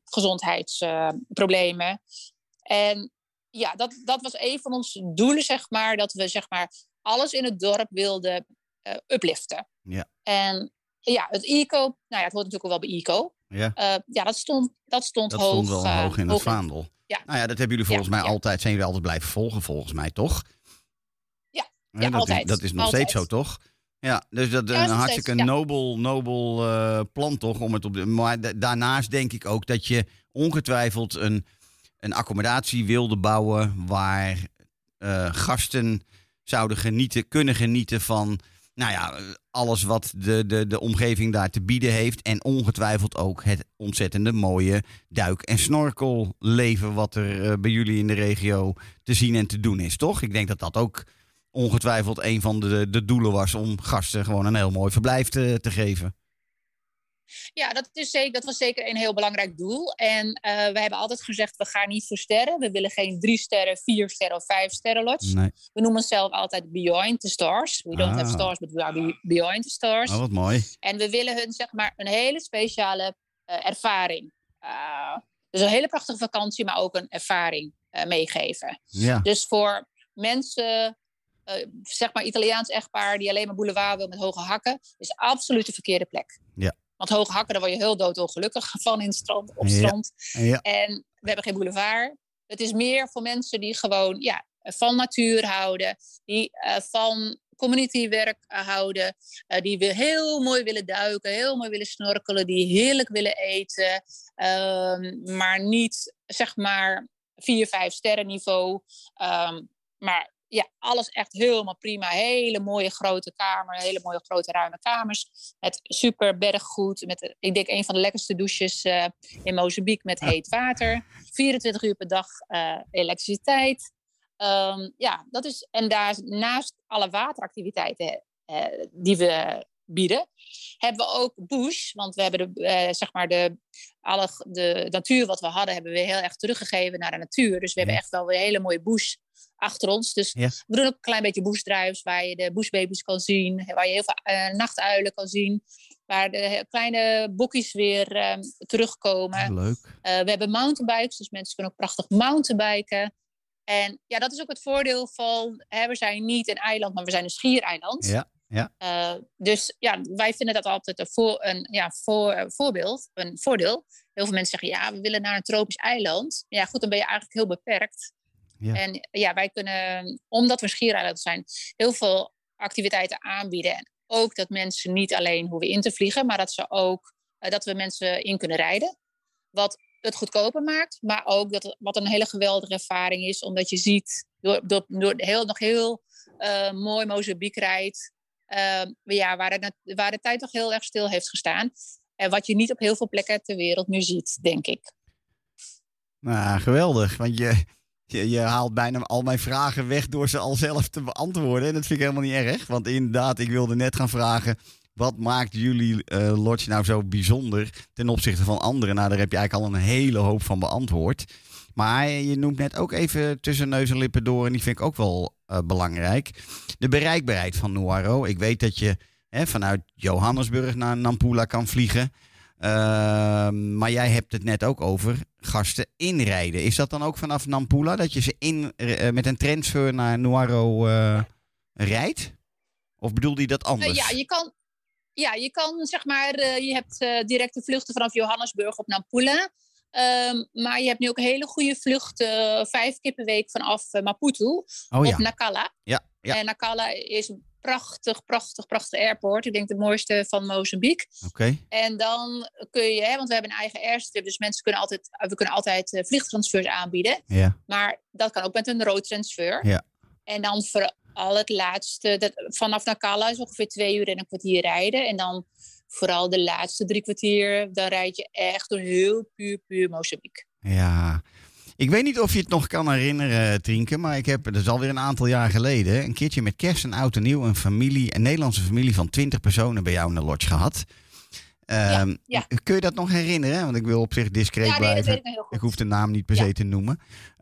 gezondheidsproblemen. Uh, en ja, dat, dat was een van onze doelen, zeg maar. Dat we, zeg maar, alles in het dorp wilden uh, upliften. Ja. En ja, het I C O, nou ja, het hoort natuurlijk wel bij I C O. Ja, uh, ja dat stond, dat stond dat hoog. stond wel uh, hoog in het vaandel. Ja. Nou ja, dat hebben jullie volgens ja, mij ja. altijd, zijn jullie altijd blijven volgen, volgens mij, toch? Ja, ja, ja dat altijd. Is, dat is nog altijd. steeds zo, toch? Ja, dus dat is ja, een dat hartstikke steeds, ja. nobel, nobel uh, plan, toch? Om het op de, maar da- daarnaast denk ik ook dat je ongetwijfeld een, een accommodatie wilde bouwen waar uh, gasten zouden genieten, kunnen genieten van, nou ja, alles wat de, de, de omgeving daar te bieden heeft. En ongetwijfeld ook het ontzettende mooie duik- en snorkelleven wat er uh, bij jullie in de regio te zien en te doen is, toch? Ik denk dat dat ook ongetwijfeld een van de, de doelen was om gasten gewoon een heel mooi verblijf te, te geven. Ja, dat, is zeker, dat was zeker een heel belangrijk doel. En uh, we hebben altijd gezegd, we gaan niet voor sterren. We willen geen drie sterren, vier sterren of vijf sterren lodge. Nee. We noemen onszelf altijd Beyond the Stars. We don't ah. have stars, but we are beyond the stars. Oh, wat mooi. En we willen hun, zeg maar, een hele speciale uh, ervaring. Uh, dus een hele prachtige vakantie, maar ook een ervaring uh, meegeven. Ja. Dus voor mensen, uh, zeg maar Italiaans echtpaar die alleen maar boulevard wil met hoge hakken, is absoluut de verkeerde plek. Ja. Want hoge hakken, daar word je heel doodongelukkig van in het strand, op Ja. strand. Ja. En we hebben geen boulevard. Het is meer voor mensen die gewoon ja, van natuur houden, die uh, van communitywerk uh, houden, uh, die weer heel mooi willen duiken, heel mooi willen snorkelen, die heerlijk willen eten, um, maar niet zeg maar vier, vijf sterren niveau. Um, maar ja, alles echt helemaal prima. Hele mooie grote kamer, hele mooie grote ruime kamers met super berggoed, met ik denk een van de lekkerste douches uh, in Mozambique met heet water, vierentwintig uur per dag uh, elektriciteit. Um, ja, dat is, en daarnaast alle wateractiviteiten uh, die we bieden, hebben we ook bush. Want we hebben de, uh, zeg maar de, alle, de natuur wat we hadden, hebben we heel erg teruggegeven naar de natuur. Dus we ja. hebben echt wel weer een hele mooie bush achter ons. Dus ja. we doen ook een klein beetje bushdives, waar je de bushbabies kan zien, waar je heel veel uh, nachtuilen kan zien, waar de kleine bokkies weer uh, terugkomen. Leuk. Uh, we hebben mountainbikes, dus mensen kunnen ook prachtig mountainbiken. En ja, dat is ook het voordeel van, hè, we zijn niet een eiland, maar we zijn een schiereiland. Ja, Ja. Uh, dus ja, wij vinden dat altijd een, voor, een ja, voor, voorbeeld, een voordeel. Heel veel mensen zeggen, ja, we willen naar een tropisch eiland. Ja, goed, dan ben je eigenlijk heel beperkt. Ja. En ja, wij kunnen, omdat we schiereiland zijn, heel veel activiteiten aanbieden. En ook dat mensen niet alleen hoeven in te vliegen, maar dat, ze ook, uh, dat we mensen in kunnen rijden. Wat het goedkoper maakt, maar ook dat het, wat een hele geweldige ervaring is. Omdat je ziet, door, door, door heel, nog heel uh, mooi Mozambique rijdt. Uh, ja, waar, het, waar de tijd toch heel erg stil heeft gestaan. En wat je niet op heel veel plekken ter wereld meer ziet, denk ik. Nou, geweldig. Want je, je, je haalt bijna al mijn vragen weg door ze al zelf te beantwoorden. En dat vind ik helemaal niet erg. Want inderdaad, ik wilde net gaan vragen, wat maakt jullie uh, lodge nou zo bijzonder ten opzichte van anderen? Nou, daar heb je eigenlijk al een hele hoop van beantwoord. Maar je noemt net ook even tussen neus en lippen door, en die vind ik ook wel uh, belangrijk. De bereikbaarheid van Nuaro. Ik weet dat je hè, vanuit Johannesburg naar Nampula kan vliegen. Uh, maar jij hebt het net ook over gasten inrijden. Is dat dan ook vanaf Nampula dat je ze in, uh, met een transfer naar Nuaro uh, rijdt? Of bedoelde je dat anders? Uh, ja, je kan, ja, je kan zeg maar, uh, je hebt uh, directe vluchten vanaf Johannesburg op Nampula. Um, maar je hebt nu ook hele goede vluchten, uh, vijf keer per week vanaf uh, Maputo oh, of ja. Nacala. Ja, ja. En Nacala is een prachtig, prachtig, prachtig airport. Ik denk de mooiste van Mozambique. Oké. Okay. En dan kun je, hè, want we hebben een eigen airstrip, dus mensen kunnen altijd, we kunnen altijd uh, vliegtransfers aanbieden. Ja. Maar dat kan ook met een roadtransfer. Ja. En dan vooral het laatste, dat, vanaf Nacala is ongeveer twee uur en een kwartier rijden. En dan vooral de laatste drie kwartier, dan rijd je echt door heel puur, puur Mozambique. Ja, ik weet niet of je het nog kan herinneren, Trienke, maar ik heb, dat is alweer een aantal jaar geleden, een keertje met kerst en oud en nieuw een familie, een Nederlandse familie van twintig personen bij jou in de lodge gehad. Ja, um, ja. Kun je dat nog herinneren? Want ik wil op zich discreet ja, nee, blijven. Dat weet ik, heel goed. Ik hoef de naam niet per se ja. te noemen.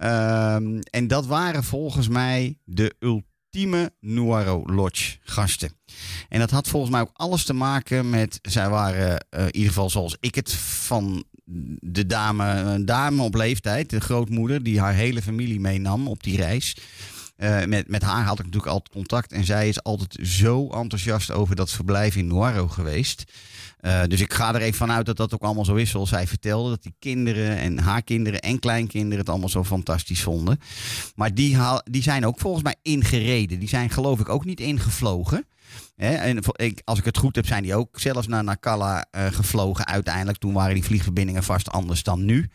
Um, en dat waren volgens mij de ultieme Nuaro Lodge gasten. En dat had volgens mij ook alles te maken met, zij waren uh, in ieder geval zoals ik het van de dame, een dame op leeftijd, de grootmoeder, die haar hele familie meenam op die reis. Uh, met, met haar had ik natuurlijk altijd contact. En zij is altijd zo enthousiast over dat verblijf in Nuaro geweest. Uh, dus ik ga er even vanuit dat dat ook allemaal zo is zoals zij vertelde. Dat die kinderen en haar kinderen en kleinkinderen het allemaal zo fantastisch vonden. Maar die, haal, die zijn ook volgens mij ingereden. Die zijn geloof ik ook niet ingevlogen. Hè? En ik, als ik het goed heb, zijn die ook zelfs naar Nacala uh, gevlogen uiteindelijk. Toen waren die vliegverbindingen vast anders dan nu.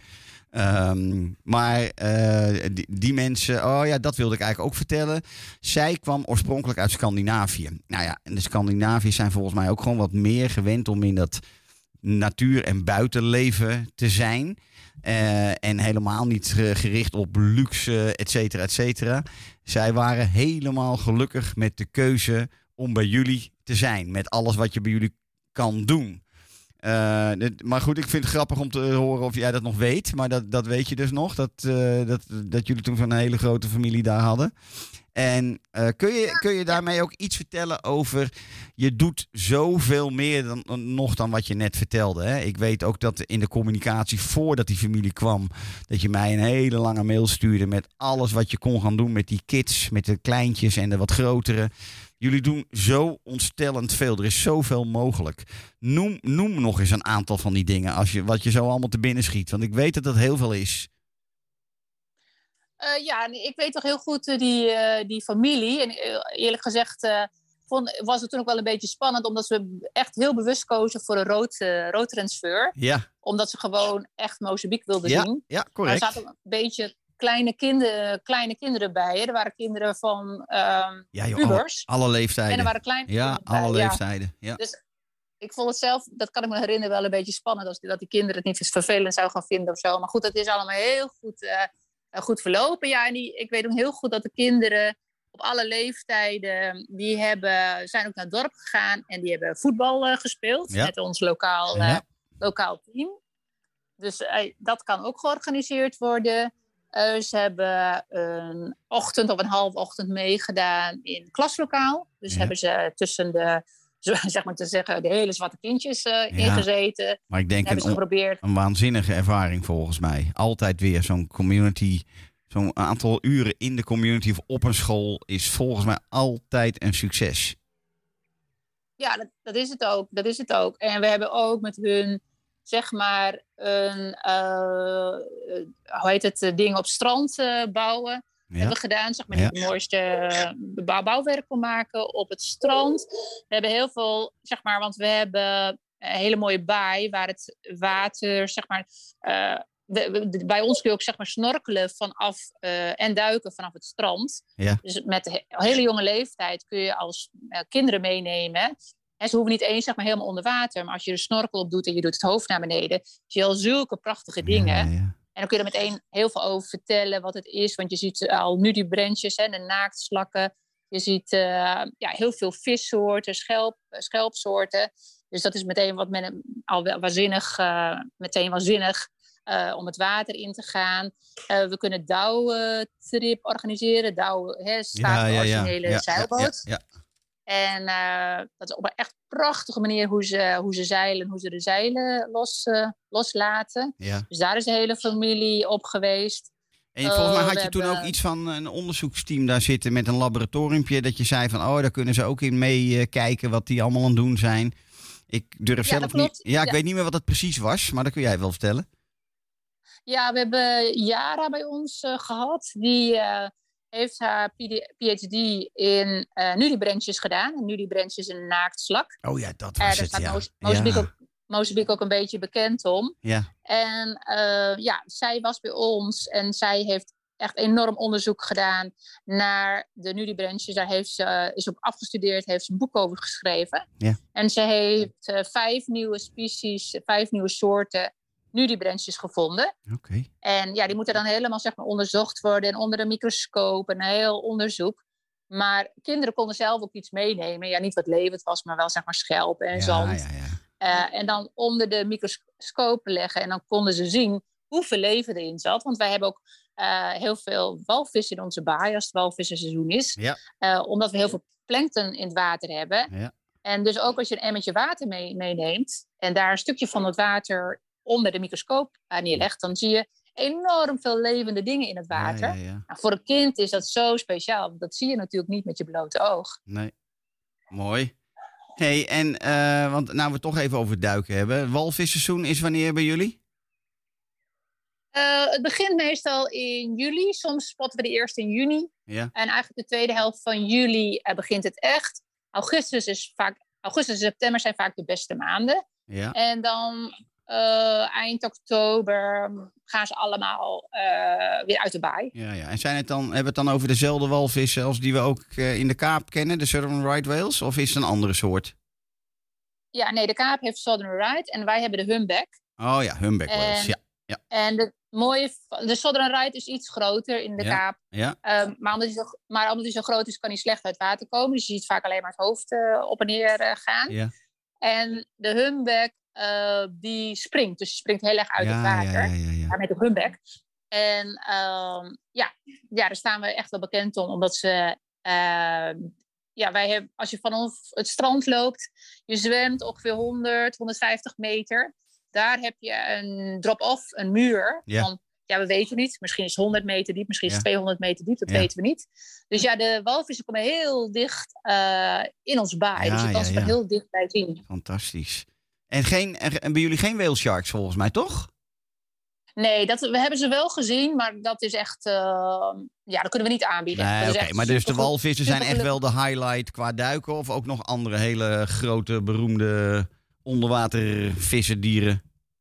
Um, maar uh, die, die mensen, oh ja, dat wilde ik eigenlijk ook vertellen. Zij kwam oorspronkelijk uit Scandinavië. Nou ja, en de Scandinaviërs zijn volgens mij ook gewoon wat meer gewend om in dat natuur- en buitenleven te zijn. Uh, en helemaal niet gericht op luxe, et cetera, et cetera. Zij waren helemaal gelukkig met de keuze om bij jullie te zijn. Met alles wat je bij jullie kan doen. Uh, maar goed, ik vind het grappig om te horen of jij dat nog weet. Maar dat, dat weet je dus nog. Dat, uh, dat, dat jullie toen zo'n hele grote familie daar hadden. En uh, kun, je, kun je daarmee ook iets vertellen over, je doet zoveel meer dan, nog dan wat je net vertelde. Hè? Ik weet ook dat in de communicatie voordat die familie kwam, dat je mij een hele lange mail stuurde met alles wat je kon gaan doen met die kids, met de kleintjes en de wat grotere. Jullie doen zo ontstellend veel. Er is zoveel mogelijk. Noem, noem nog eens een aantal van die dingen, als je, wat je zo allemaal te binnen schiet. Want ik weet dat dat heel veel is. Uh, ja, ik weet toch heel goed uh, die, uh, die familie. En uh, eerlijk gezegd uh, vond, was het toen ook wel een beetje spannend, omdat we echt heel bewust kozen voor een rood, uh, roodtransfer. Ja. Omdat ze gewoon echt Mozambique wilden ja, zien. Ja, correct. Maar er zaten een beetje kleine, kinder, kleine kinderen bij. Hè. Er waren kinderen van um, ja, joh, pubers. Alle, alle leeftijden. En er waren kleine Ja, bij. alle Ja. leeftijden. Ja. Dus ik vond het zelf, dat kan ik me herinneren, wel een beetje spannend. Als, dat die kinderen het niet vervelend zouden gaan vinden of zo. Maar goed, het is allemaal heel goed, uh, goed verlopen. Ja, en die, ik weet ook heel goed dat de kinderen op alle leeftijden, die hebben, zijn ook naar het dorp gegaan. En die hebben voetbal uh, gespeeld ja. met ons lokaal, uh, ja. lokaal team. Dus uh, dat kan ook georganiseerd worden. Uh, ze hebben een ochtend of een half ochtend meegedaan in klaslokaal. Dus ja. hebben ze tussen de, zeg maar te zeggen, de hele zwarte kindjes uh, ja. ingezeten. Maar ik denk een, geprobeerd... een waanzinnige ervaring volgens mij. Altijd weer zo'n community, zo'n aantal uren in de community of op een school is volgens mij altijd een succes. Ja, dat, dat is het ook. Dat is het ook. En we hebben ook met hun, zeg maar, een, uh, hoe heet het, uh, ding op strand uh, bouwen. Ja. Hebben we gedaan, zeg maar, Ja. die het mooiste uh, bouw- bouwwerk kon maken op het strand. We hebben heel veel, zeg maar, want we hebben een hele mooie baai waar het water, zeg maar, uh, we, we- bij ons kun je ook, zeg maar, snorkelen vanaf uh, en duiken vanaf het strand. Ja. Dus met een hele jonge leeftijd kun je als uh, kinderen meenemen. En ze hoeven niet eens, zeg maar, helemaal onder water. Maar als je er snorkel op doet en je doet het hoofd naar beneden, zie je al zulke prachtige dingen. Ja, ja. En dan kun je er meteen heel veel over vertellen wat het is. Want je ziet al nudibranches, hè, de naaktslakken. Je ziet uh, ja, heel veel vissoorten, schelp, schelpsoorten. Dus dat is meteen wat men al wel waanzinnig, uh, meteen waanzinnig uh, om het water in te gaan. Uh, we kunnen douwtrip organiseren. Douw, hè, staat de originele ja, zeilboot. Ja, ja, En uh, dat is op een echt prachtige manier hoe ze, hoe ze zeilen, hoe ze de zeilen los, uh, loslaten. ja. Dus daar is de hele familie op geweest. En volgens mij Oh, had we je toen hebben- ook iets van een onderzoeksteam daar zitten met een laboratoriumpje. Dat je zei van, oh, daar kunnen ze ook in meekijken wat die allemaal aan het doen zijn. Ik durf Ja, zelf dat klopt. niet... Ja, ik Ja. weet niet meer wat het precies was, maar dat kun jij wel vertellen. Ja, we hebben Yara bij ons uh, gehad. Die uh, heeft haar P D- P H D in uh, nudibranches gedaan. En nudibranch is een naaktslak. Oh ja, dat Uh, was daar het, staat ja. Moos- Mozambique, Ja, ook, Mozambique ook een beetje bekend om. ja, En uh, ja, zij was bij ons en zij heeft echt enorm onderzoek gedaan naar de nudibranches. Daar heeft ze, uh, is op afgestudeerd, heeft ze een boek over geschreven. Ja. En ze heeft uh, vijf nieuwe species, vijf nieuwe soorten nudibranches gevonden. oké. En ja, die moeten dan helemaal, zeg maar, onderzocht worden en onder een microscoop, een heel onderzoek. Maar kinderen konden zelf ook iets meenemen. Ja, niet wat levend was, maar wel, zeg maar, schelpen en Ja, zand. ja, ja. Uh, en dan onder de microscoop leggen. En dan konden ze zien hoeveel leven erin zat. Want wij hebben ook uh, heel veel walvissen in onze baai als het walvissenseizoen is. Ja. Uh, omdat we heel veel plankton in het water hebben. Ja. En dus ook als je een emmertje water mee, meeneemt en daar een stukje van het water onder de microscoop uh, neerlegt, dan zie je enorm veel levende dingen in het water. Ja, ja, ja. Nou, voor een kind is dat zo speciaal. Want dat zie je natuurlijk niet met je blote oog. Nee. Mooi. Hey, en eh, want nou we het toch even over het duiken hebben. Walvisseizoen is wanneer bij jullie? Uh, het begint meestal in juli. Soms spotten we de eerste in juni. Ja. En eigenlijk de tweede helft van juli uh, begint het echt. Augustus, is vaak, augustus en september zijn vaak de beste maanden. Ja. En dan uh, eind oktober gaan ze allemaal uh, weer uit de baai. Ja, ja. En zijn het dan, hebben we het dan over dezelfde walvissen als die we ook uh, in de Kaap kennen, de Southern Right Whales? Of is het een andere soort? Ja, nee, de Kaap heeft Southern Right en wij hebben de Humbeck. Oh ja, Humbeck En- Whales. Ja, En de mooie, van- de Southern Right is iets groter in de Ja. Kaap. ja. Um, maar, omdat hij zo, maar omdat hij zo groot is, kan hij slecht uit water komen. Dus je ziet vaak alleen maar het hoofd uh, op en neer uh, gaan. ja. En de Humbeck, uh, die springt. Dus die springt heel erg uit ja, het water. Ja, ja, ja, ja. Daarmee de Humbeck. En um, ja, ja, daar staan we echt wel bekend om. Omdat ze... Uh, ja, wij hebben, als je vanaf het strand loopt, je zwemt ongeveer honderd, honderdvijftig meter. Daar heb je een drop-off, een muur. Ja. Van, ja, we weten niet. Misschien is het honderd meter diep, misschien is het Ja. tweehonderd meter diep. Dat Ja. weten we niet. Dus ja, de walvissen komen heel dicht uh, in ons baai. Ja, dus je kan ja, ze ja. van heel dichtbij zien. Fantastisch. En, geen, en en bij jullie geen whale sharks volgens mij, toch? Nee, dat, we hebben ze wel gezien, maar dat is echt... Uh, ja, dat kunnen we niet aanbieden. Nee, Dat is oké. echt Maar dus de supergoed. walvissen zijn echt supergeluk- wel de highlight qua duiken? Of ook nog andere hele grote, beroemde onderwatervissen, dieren?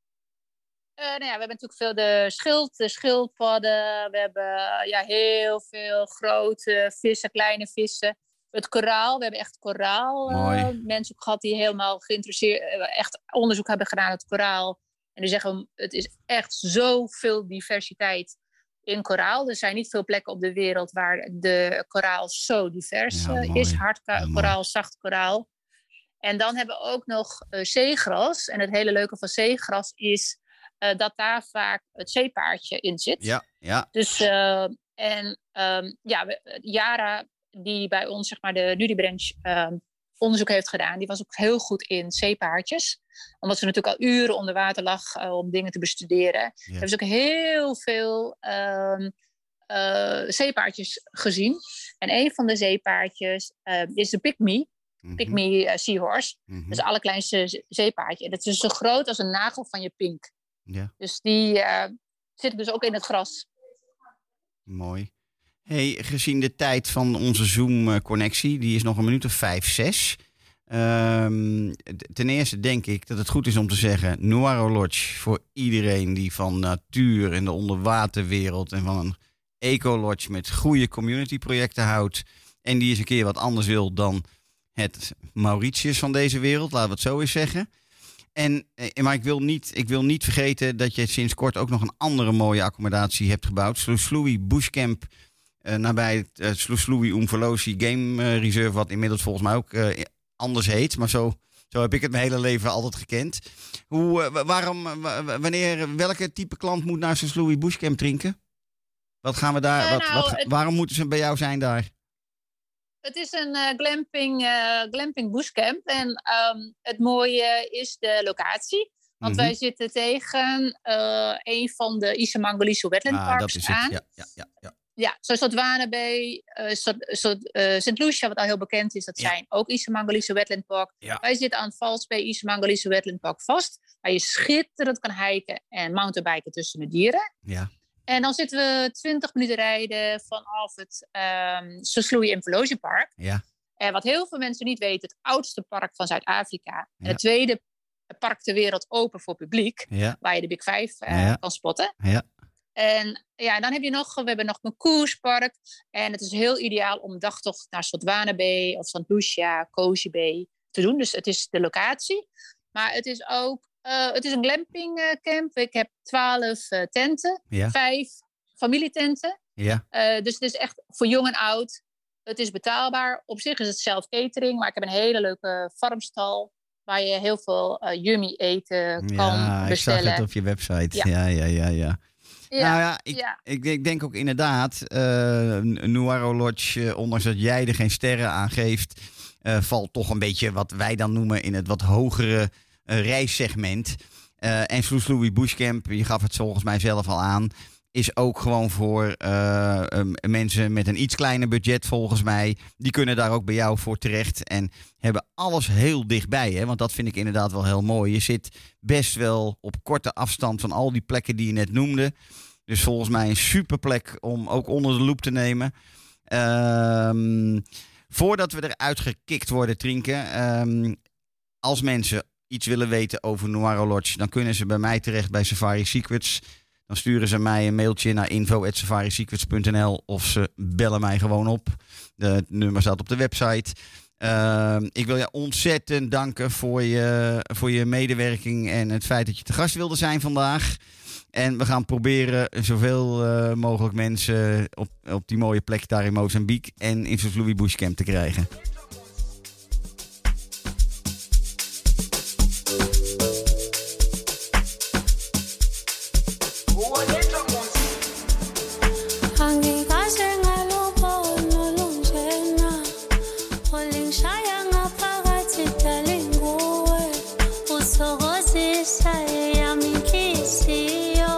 Uh, nou ja, we hebben natuurlijk veel de schild, de schildpadden. We hebben uh, ja, heel veel grote vissen, kleine vissen. Het koraal, we hebben echt koraal. Uh, Mooi. mensen ook gehad die helemaal geïnteresseerd, uh, echt onderzoek hebben gedaan naar het koraal. En die zeggen, het is echt zoveel diversiteit in koraal. Er zijn niet veel plekken op de wereld waar de koraal zo divers Ja, uh, mooi. is. Hard ka- Ja, mooi. koraal, zacht koraal. En dan hebben we ook nog uh, zeegras. En het hele leuke van zeegras is uh, dat daar vaak het zeepaardje in zit. Ja, ja. Dus, uh, en um, ja, we, Yara, die bij ons, zeg maar, de Nudibranch um, onderzoek heeft gedaan, die was ook heel goed in zeepaardjes. Omdat ze natuurlijk al uren onder water lag uh, om dingen te bestuderen. Ja. Hebben ze ook heel veel um, uh, zeepaardjes gezien. En een van de zeepaardjes uh, is de pygmy. Mhm. Pygmy uh, Seahorse. Mhm. Dat is het allerkleinste ze- zeepaardje. En dat is zo groot als een nagel van je pink. Ja, Dus die uh, zitten dus ook in het gras. mooi. Hey, gezien de tijd van onze Zoom-connectie, die is nog een minuut of vijf, zes. Um, ten eerste denk ik dat het goed is om te zeggen, Nuaro Lodge voor iedereen die van natuur en de onderwaterwereld en van een eco-lodge met goede community-projecten houdt en die eens een keer wat anders wil dan het Mauritius van deze wereld, laten we het zo eens zeggen. En, maar ik wil, niet, ik wil niet vergeten dat je sinds kort ook nog een andere mooie accommodatie hebt gebouwd. Sloesloei Bushcamp, uh, nabij het uh, Sloesloei Umfolosi Game uh, Reserve, wat inmiddels volgens mij ook uh, anders heet. Maar zo, zo heb ik het mijn hele leven altijd gekend. Hoe, uh, waarom, uh, wanneer, welke type klant moet naar Sloesloei Bushcamp drinken? Wat gaan we daar, Uh, wat, nou, wat, het- waarom moeten ze bij jou zijn daar? Het is een uh, glamping, uh, glamping bushcamp. En um, het mooie is de locatie. Want Mhm. wij zitten tegen uh, een van de Isamangaliso Wetland Ah, Parks dat is aan. het. Ja, ja, ja, ja. Ja, zoals Sotwana Bay, uh, Saint Lucia, wat al heel bekend is, dat Ja. zijn ook Isamangaliso Wetland Park. Ja. Wij zitten aan False Bay Isamangaliso Wetland Park vast, waar je schitterend kan hiken en mountainbiken tussen de dieren. Ja. En dan zitten we twintig minuten rijden vanaf het um, Sosloei Infologie Park. Ja. En wat heel veel mensen niet weten, het oudste park van Zuid-Afrika. Ja. En het tweede park ter wereld open voor publiek, Ja. waar je de Big Five uh, Ja. kan spotten. Ja. En ja, dan heb je nog, we hebben nog een koerspark. En het is heel ideaal om dagtocht naar Sotwana Bay of Saint Lucia, Cozy Bay te doen. Dus het is de locatie. Maar het is ook, uh, het is een glamping uh, camp. Ik heb twaalf uh, tenten, Ja. vijf familietenten. Ja. Uh, dus het is echt voor jong en oud. Het is betaalbaar. Op zich is het zelf catering, maar ik heb een hele leuke farmstal waar je heel veel uh, yummy eten kan Ja, ik bestellen. zag het op je website. Ja. Ja, ja, ja, ja. Ja, Nou ja, ik, ja. ik, ik denk ook inderdaad, uh, Nuaro Lodge, uh, ondanks dat jij er geen sterren aan geeft, uh, valt toch een beetje wat wij dan noemen in het wat hogere uh, reissegment. Uh, en Sloesloei Bushcamp, je gaf het volgens mij zelf al aan, is ook gewoon voor uh, um, mensen met een iets kleiner budget volgens mij. Die kunnen daar ook bij jou voor terecht en hebben alles heel dichtbij. Hè? Want dat vind ik inderdaad wel heel mooi. Je zit best wel op korte afstand van al die plekken die je net noemde. Dus volgens mij een super plek om ook onder de loep te nemen. Um, voordat we eruit gekikt worden, Trienke. Um, als mensen iets willen weten over Nuaro Lodge, dan kunnen ze bij mij terecht bij Safari Secrets. Dan sturen ze mij een mailtje naar info at safari secrets punt n l of ze bellen mij gewoon op. De, het nummer staat op de website. Uh, ik wil je ontzettend danken voor je, voor je medewerking en het feit dat je te gast wilde zijn vandaag. En we gaan proberen zoveel uh, mogelijk mensen op, op die mooie plek daar in Mozambique en in Sloesloei Bushcamp te krijgen. Angikaze ngalubona lunjena olingishaya ngaphakathi dale nguwe uthokozisa eyami inhliziyo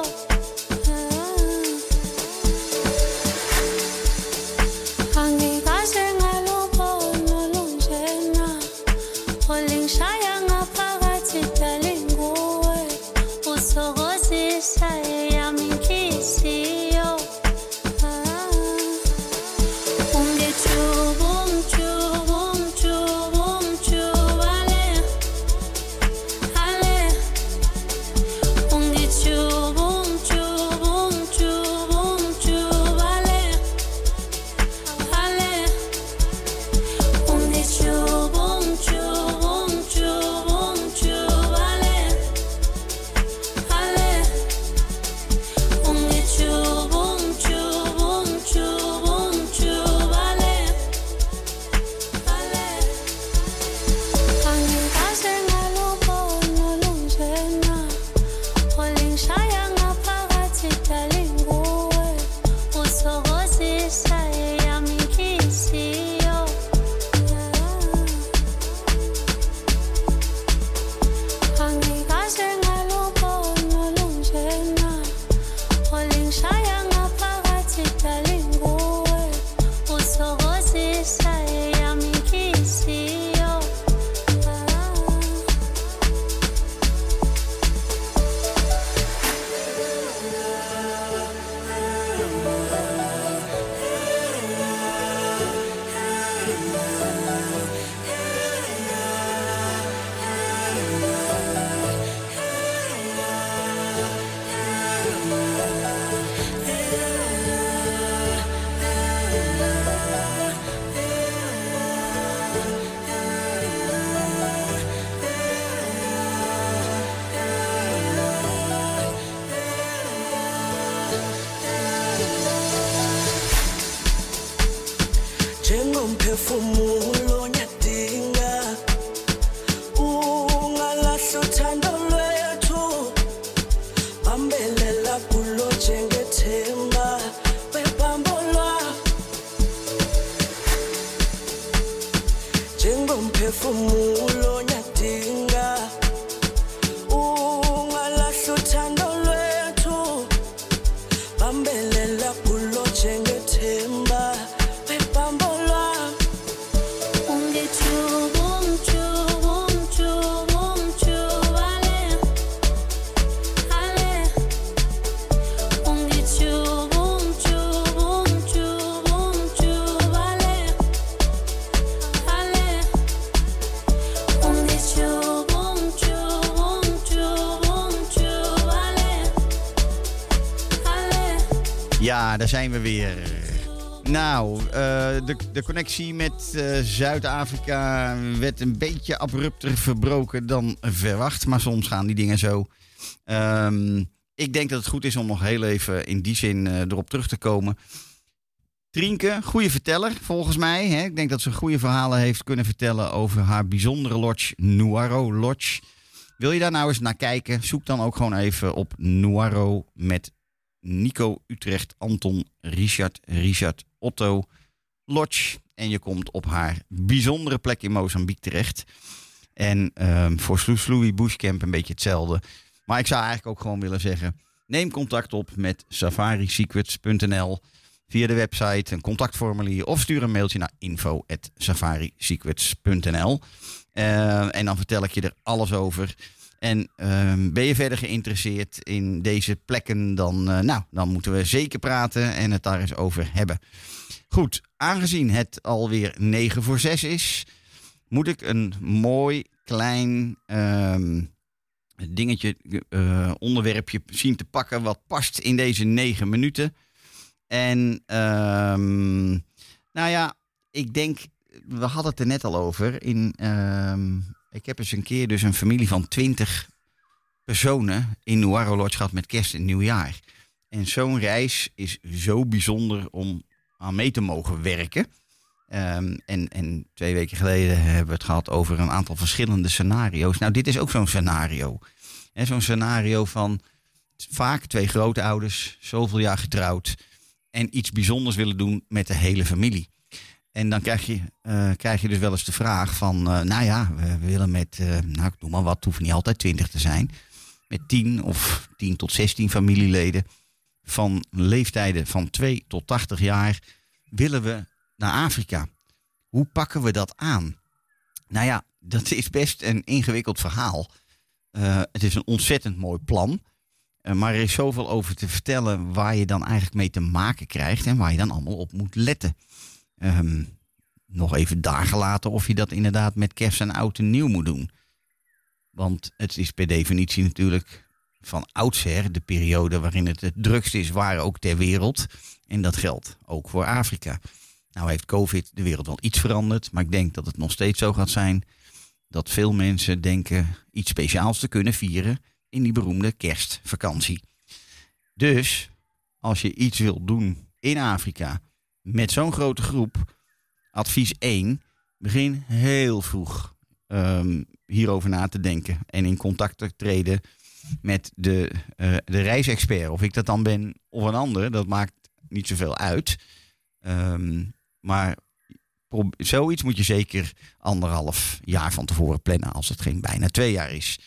angikaze ngalubona Njengomphefumulo nyadinga ungalahla uthando lwethu bambelela kulo njengethemba webhambo lwakho njengomphefumulo nyadinga ungalahla uthando lwethu bambelela kulo njengethemba webhambo lwakho Ungijubu, ungijubu, ungijubu, ungijubu, ale, ale. Ungijubu, ungijubu, ungijubu, ungijubu, ale, ale. Ungijubu, ungijubu, ungijubu, ungijubu, ale, ale. Ja, daar zijn we weer. Nou, uh, de, de connectie met uh, Zuid-Afrika werd een beetje abrupter verbroken dan verwacht. Maar soms gaan die dingen zo. Um, ik denk dat het goed is om nog heel even in die zin uh, erop terug te komen. Trienke, goede verteller volgens mij. Hè? Ik denk dat ze goede verhalen heeft kunnen vertellen over haar bijzondere lodge, Nuaro Lodge. Wil je daar nou eens naar kijken? Zoek dan ook gewoon even op Nuaro met Nico, Utrecht, Anton, Richard, Richard, Otto, Lodge. En je komt op haar bijzondere plek in Mozambique terecht. En um, voor Sloesloei Bushcamp een beetje hetzelfde. Maar ik zou eigenlijk ook gewoon willen zeggen, neem contact op met safari secrets punt n l via de website, een contactformulier of stuur een mailtje naar info at safari secrets punt n l. Uh, en dan vertel ik je er alles over. En uh, ben je verder geïnteresseerd in deze plekken, dan, uh, nou, dan moeten we zeker praten en het daar eens over hebben. Goed, aangezien het alweer negen voor zes is, moet ik een mooi klein uh, dingetje, uh, onderwerpje zien te pakken wat past in deze negen minuten. En uh, nou ja, ik denk, we hadden het er net al over. In, uh, ik heb eens een keer dus een familie van twintig personen in Nuaro Lodge gehad met kerst en nieuwjaar. En zo'n reis is zo bijzonder om aan mee te mogen werken. Um, en, en twee weken geleden hebben we het gehad over een aantal verschillende scenario's. Nou, dit is ook zo'n scenario. En zo'n scenario van vaak twee grootouders, zoveel jaar getrouwd en iets bijzonders willen doen met de hele familie. En dan krijg je, uh, krijg je dus wel eens de vraag van, uh, nou ja, we, we willen met, uh, nou ik noem maar wat, het hoeft niet altijd twintig te zijn, met tien of tien tot zestien familieleden van leeftijden van twee tot tachtig jaar willen we naar Afrika. Hoe pakken we dat aan? Nou ja, dat is best een ingewikkeld verhaal. Uh, het is een ontzettend mooi plan. Uh, maar er is zoveel over te vertellen waar je dan eigenlijk mee te maken krijgt en waar je dan allemaal op moet letten. Um, nog even daar gelaten of je dat inderdaad met kerst en oud en nieuw moet doen. Want het is per definitie natuurlijk van oudsher de periode waarin het het drukst is waar ook ter wereld. En dat geldt ook voor Afrika. Nou heeft COVID de wereld wel iets veranderd, maar ik denk dat het nog steeds zo gaat zijn dat veel mensen denken iets speciaals te kunnen vieren in die beroemde kerstvakantie. Dus als je iets wilt doen in Afrika met zo'n grote groep, advies één, begin heel vroeg um, hierover na te denken en in contact te treden met de, uh, de reisexpert. Of ik dat dan ben of een ander, dat maakt niet zoveel uit. Um, maar pro- zoiets moet je zeker anderhalf jaar van tevoren plannen, als het geen bijna twee jaar is.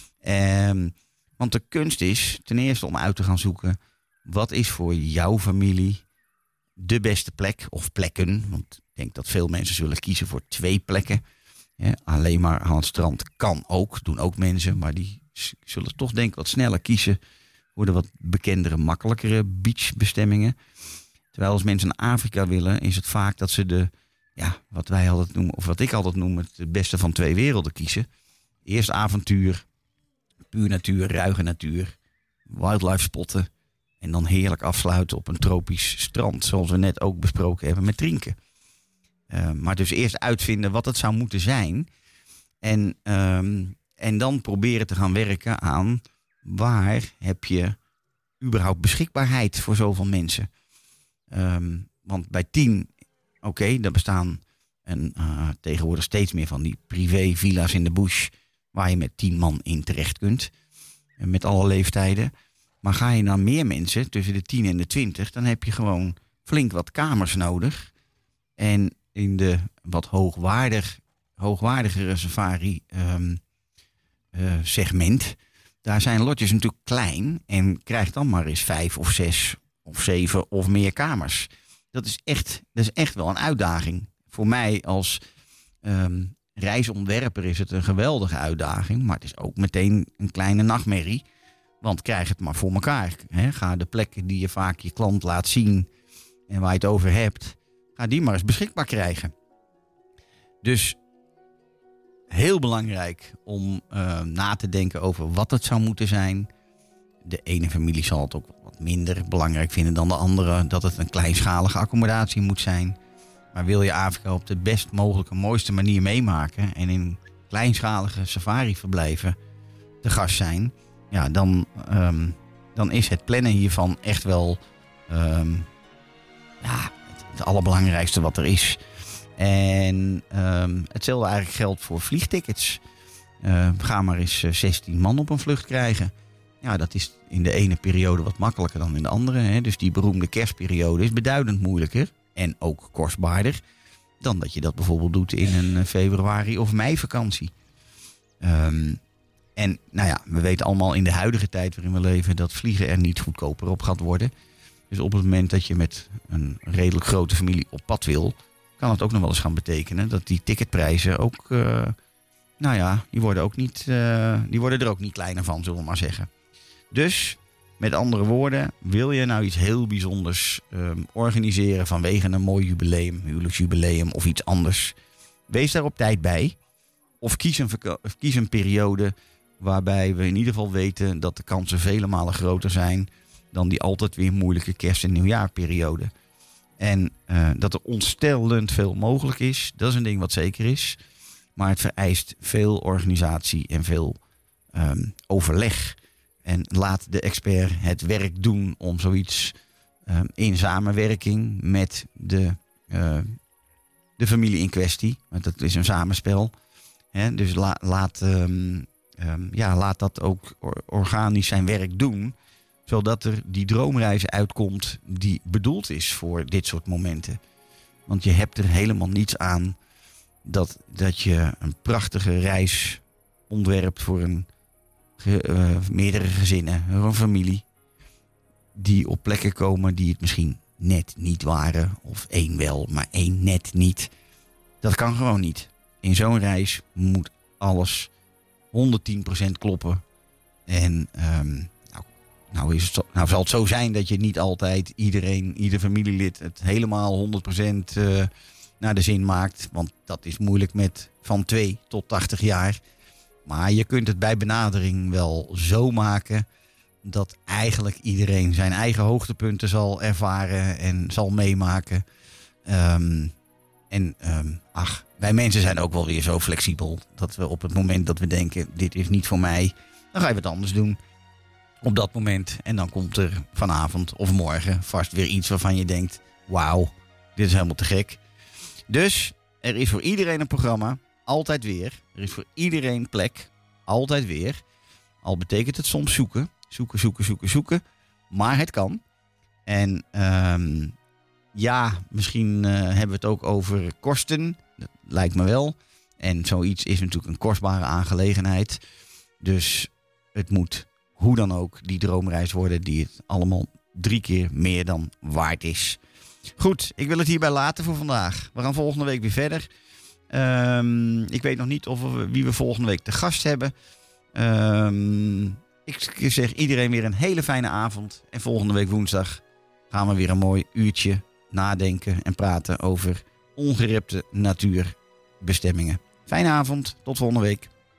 Um, want de kunst is ten eerste om uit te gaan zoeken, wat is voor jouw familie de beste plek of plekken. Want ik denk dat veel mensen zullen kiezen voor twee plekken. Ja, alleen maar aan het strand kan ook, doen ook mensen. Maar die zullen toch denk ik wat sneller kiezen voor de wat bekendere, makkelijkere beachbestemmingen. Terwijl als mensen naar Afrika willen, is het vaak dat ze de, ja, wat wij altijd noemen, of wat ik altijd noem, het beste van twee werelden kiezen. Eerst avontuur, puur natuur, ruige natuur, wildlife spotten. En dan heerlijk afsluiten op een tropisch strand, zoals we net ook besproken hebben met Trienke. Uh, maar dus eerst uitvinden wat het zou moeten zijn. En, um, en dan proberen te gaan werken aan waar heb je überhaupt beschikbaarheid voor zoveel mensen. Um, want bij tien, oké, okay, daar bestaan En uh, tegenwoordig steeds meer van die privé villa's in de bush, waar je met tien man in terecht kunt. En met alle leeftijden. Maar ga je naar meer mensen, tussen de tien en de twintig, dan heb je gewoon flink wat kamers nodig. En in de wat hoogwaardig, hoogwaardigere safari um, uh, segment, daar zijn lotjes natuurlijk klein. En krijg dan maar eens vijf of zes of zeven of meer kamers. Dat is echt, dat is echt wel een uitdaging. Voor mij als um, reisontwerper is het een geweldige uitdaging. Maar het is ook meteen een kleine nachtmerrie. Want krijg het maar voor elkaar. Hè? Ga de plekken die je vaak je klant laat zien en waar je het over hebt, ga die maar eens beschikbaar krijgen. Dus heel belangrijk om uh, na te denken over wat het zou moeten zijn. De ene familie zal het ook wat minder belangrijk vinden dan de andere. Dat het een kleinschalige accommodatie moet zijn. Maar wil je Afrika op de best mogelijke, mooiste manier meemaken en in kleinschalige safari-verblijven te gast zijn, ja, dan, um, dan is het plannen hiervan echt wel um, ja, het, het allerbelangrijkste wat er is. En um, hetzelfde eigenlijk geldt voor vliegtickets. Uh, ga maar eens zestien man op een vlucht krijgen. Ja, dat is in de ene periode wat makkelijker dan in de andere. Hè. Dus die beroemde kerstperiode is beduidend moeilijker en ook kostbaarder dan dat je dat bijvoorbeeld doet in een februari- of meivakantie. Um, en nou ja, we weten allemaal in de huidige tijd waarin we leven dat vliegen er niet goedkoper op gaat worden. Dus op het moment dat je met een redelijk grote familie op pad wil, kan het ook nog wel eens gaan betekenen dat die ticketprijzen ook, uh, nou ja, die worden, ook niet, uh, die worden er ook niet kleiner van, zullen we maar zeggen. Dus, met andere woorden, wil je nou iets heel bijzonders um, organiseren vanwege een mooi jubileum, huwelijksjubileum of iets anders, wees daar op tijd bij. Of kies een, of kies een periode waarbij we in ieder geval weten dat de kansen vele malen groter zijn dan die altijd weer moeilijke kerst- en nieuwjaarperiode. En uh, dat er ontstellend veel mogelijk is, dat is een ding wat zeker is. Maar het vereist veel organisatie en veel um, overleg. En laat de expert het werk doen om zoiets um, in samenwerking met de, uh, de familie in kwestie. Want dat is een samenspel. Hè? Dus la, laat, um, um, ja, laat dat ook or- organisch zijn werk doen. Zodat er die droomreis uitkomt die bedoeld is voor dit soort momenten. Want je hebt er helemaal niets aan dat, dat je een prachtige reis ontwerpt voor een, ge, uh, meerdere gezinnen, een familie. Die op plekken komen die het misschien net niet waren. Of één wel, maar één net niet. Dat kan gewoon niet. In zo'n reis moet alles honderdtien procent kloppen. En um, Nou, is het zo, nou zal het zo zijn dat je niet altijd iedereen, ieder familielid het helemaal honderd procent uh, naar de zin maakt. Want dat is moeilijk met van twee tot tachtig jaar. Maar je kunt het bij benadering wel zo maken dat eigenlijk iedereen zijn eigen hoogtepunten zal ervaren en zal meemaken. Um, en um, ach, wij mensen zijn ook wel weer zo flexibel dat we op het moment dat we denken dit is niet voor mij, dan ga je wat anders doen. Op dat moment. En dan komt er vanavond of morgen vast weer iets waarvan je denkt, wauw, dit is helemaal te gek. Dus er is voor iedereen een programma, altijd weer. Er is voor iedereen plek, altijd weer. Al betekent het soms zoeken, zoeken, zoeken, zoeken, zoeken. Maar het kan. En um, ja, misschien uh, hebben we het ook over kosten. Dat lijkt me wel. En zoiets is natuurlijk een kostbare aangelegenheid. Dus het moet hoe dan ook die droomreis worden die het allemaal drie keer meer dan waard is. Goed, ik wil het hierbij laten voor vandaag. We gaan volgende week weer verder. Um, ik weet nog niet of we, wie we volgende week te gast hebben. Um, ik zeg iedereen weer een hele fijne avond. En volgende week woensdag gaan we weer een mooi uurtje nadenken en praten over ongerepte natuurbestemmingen. Fijne avond, tot volgende week.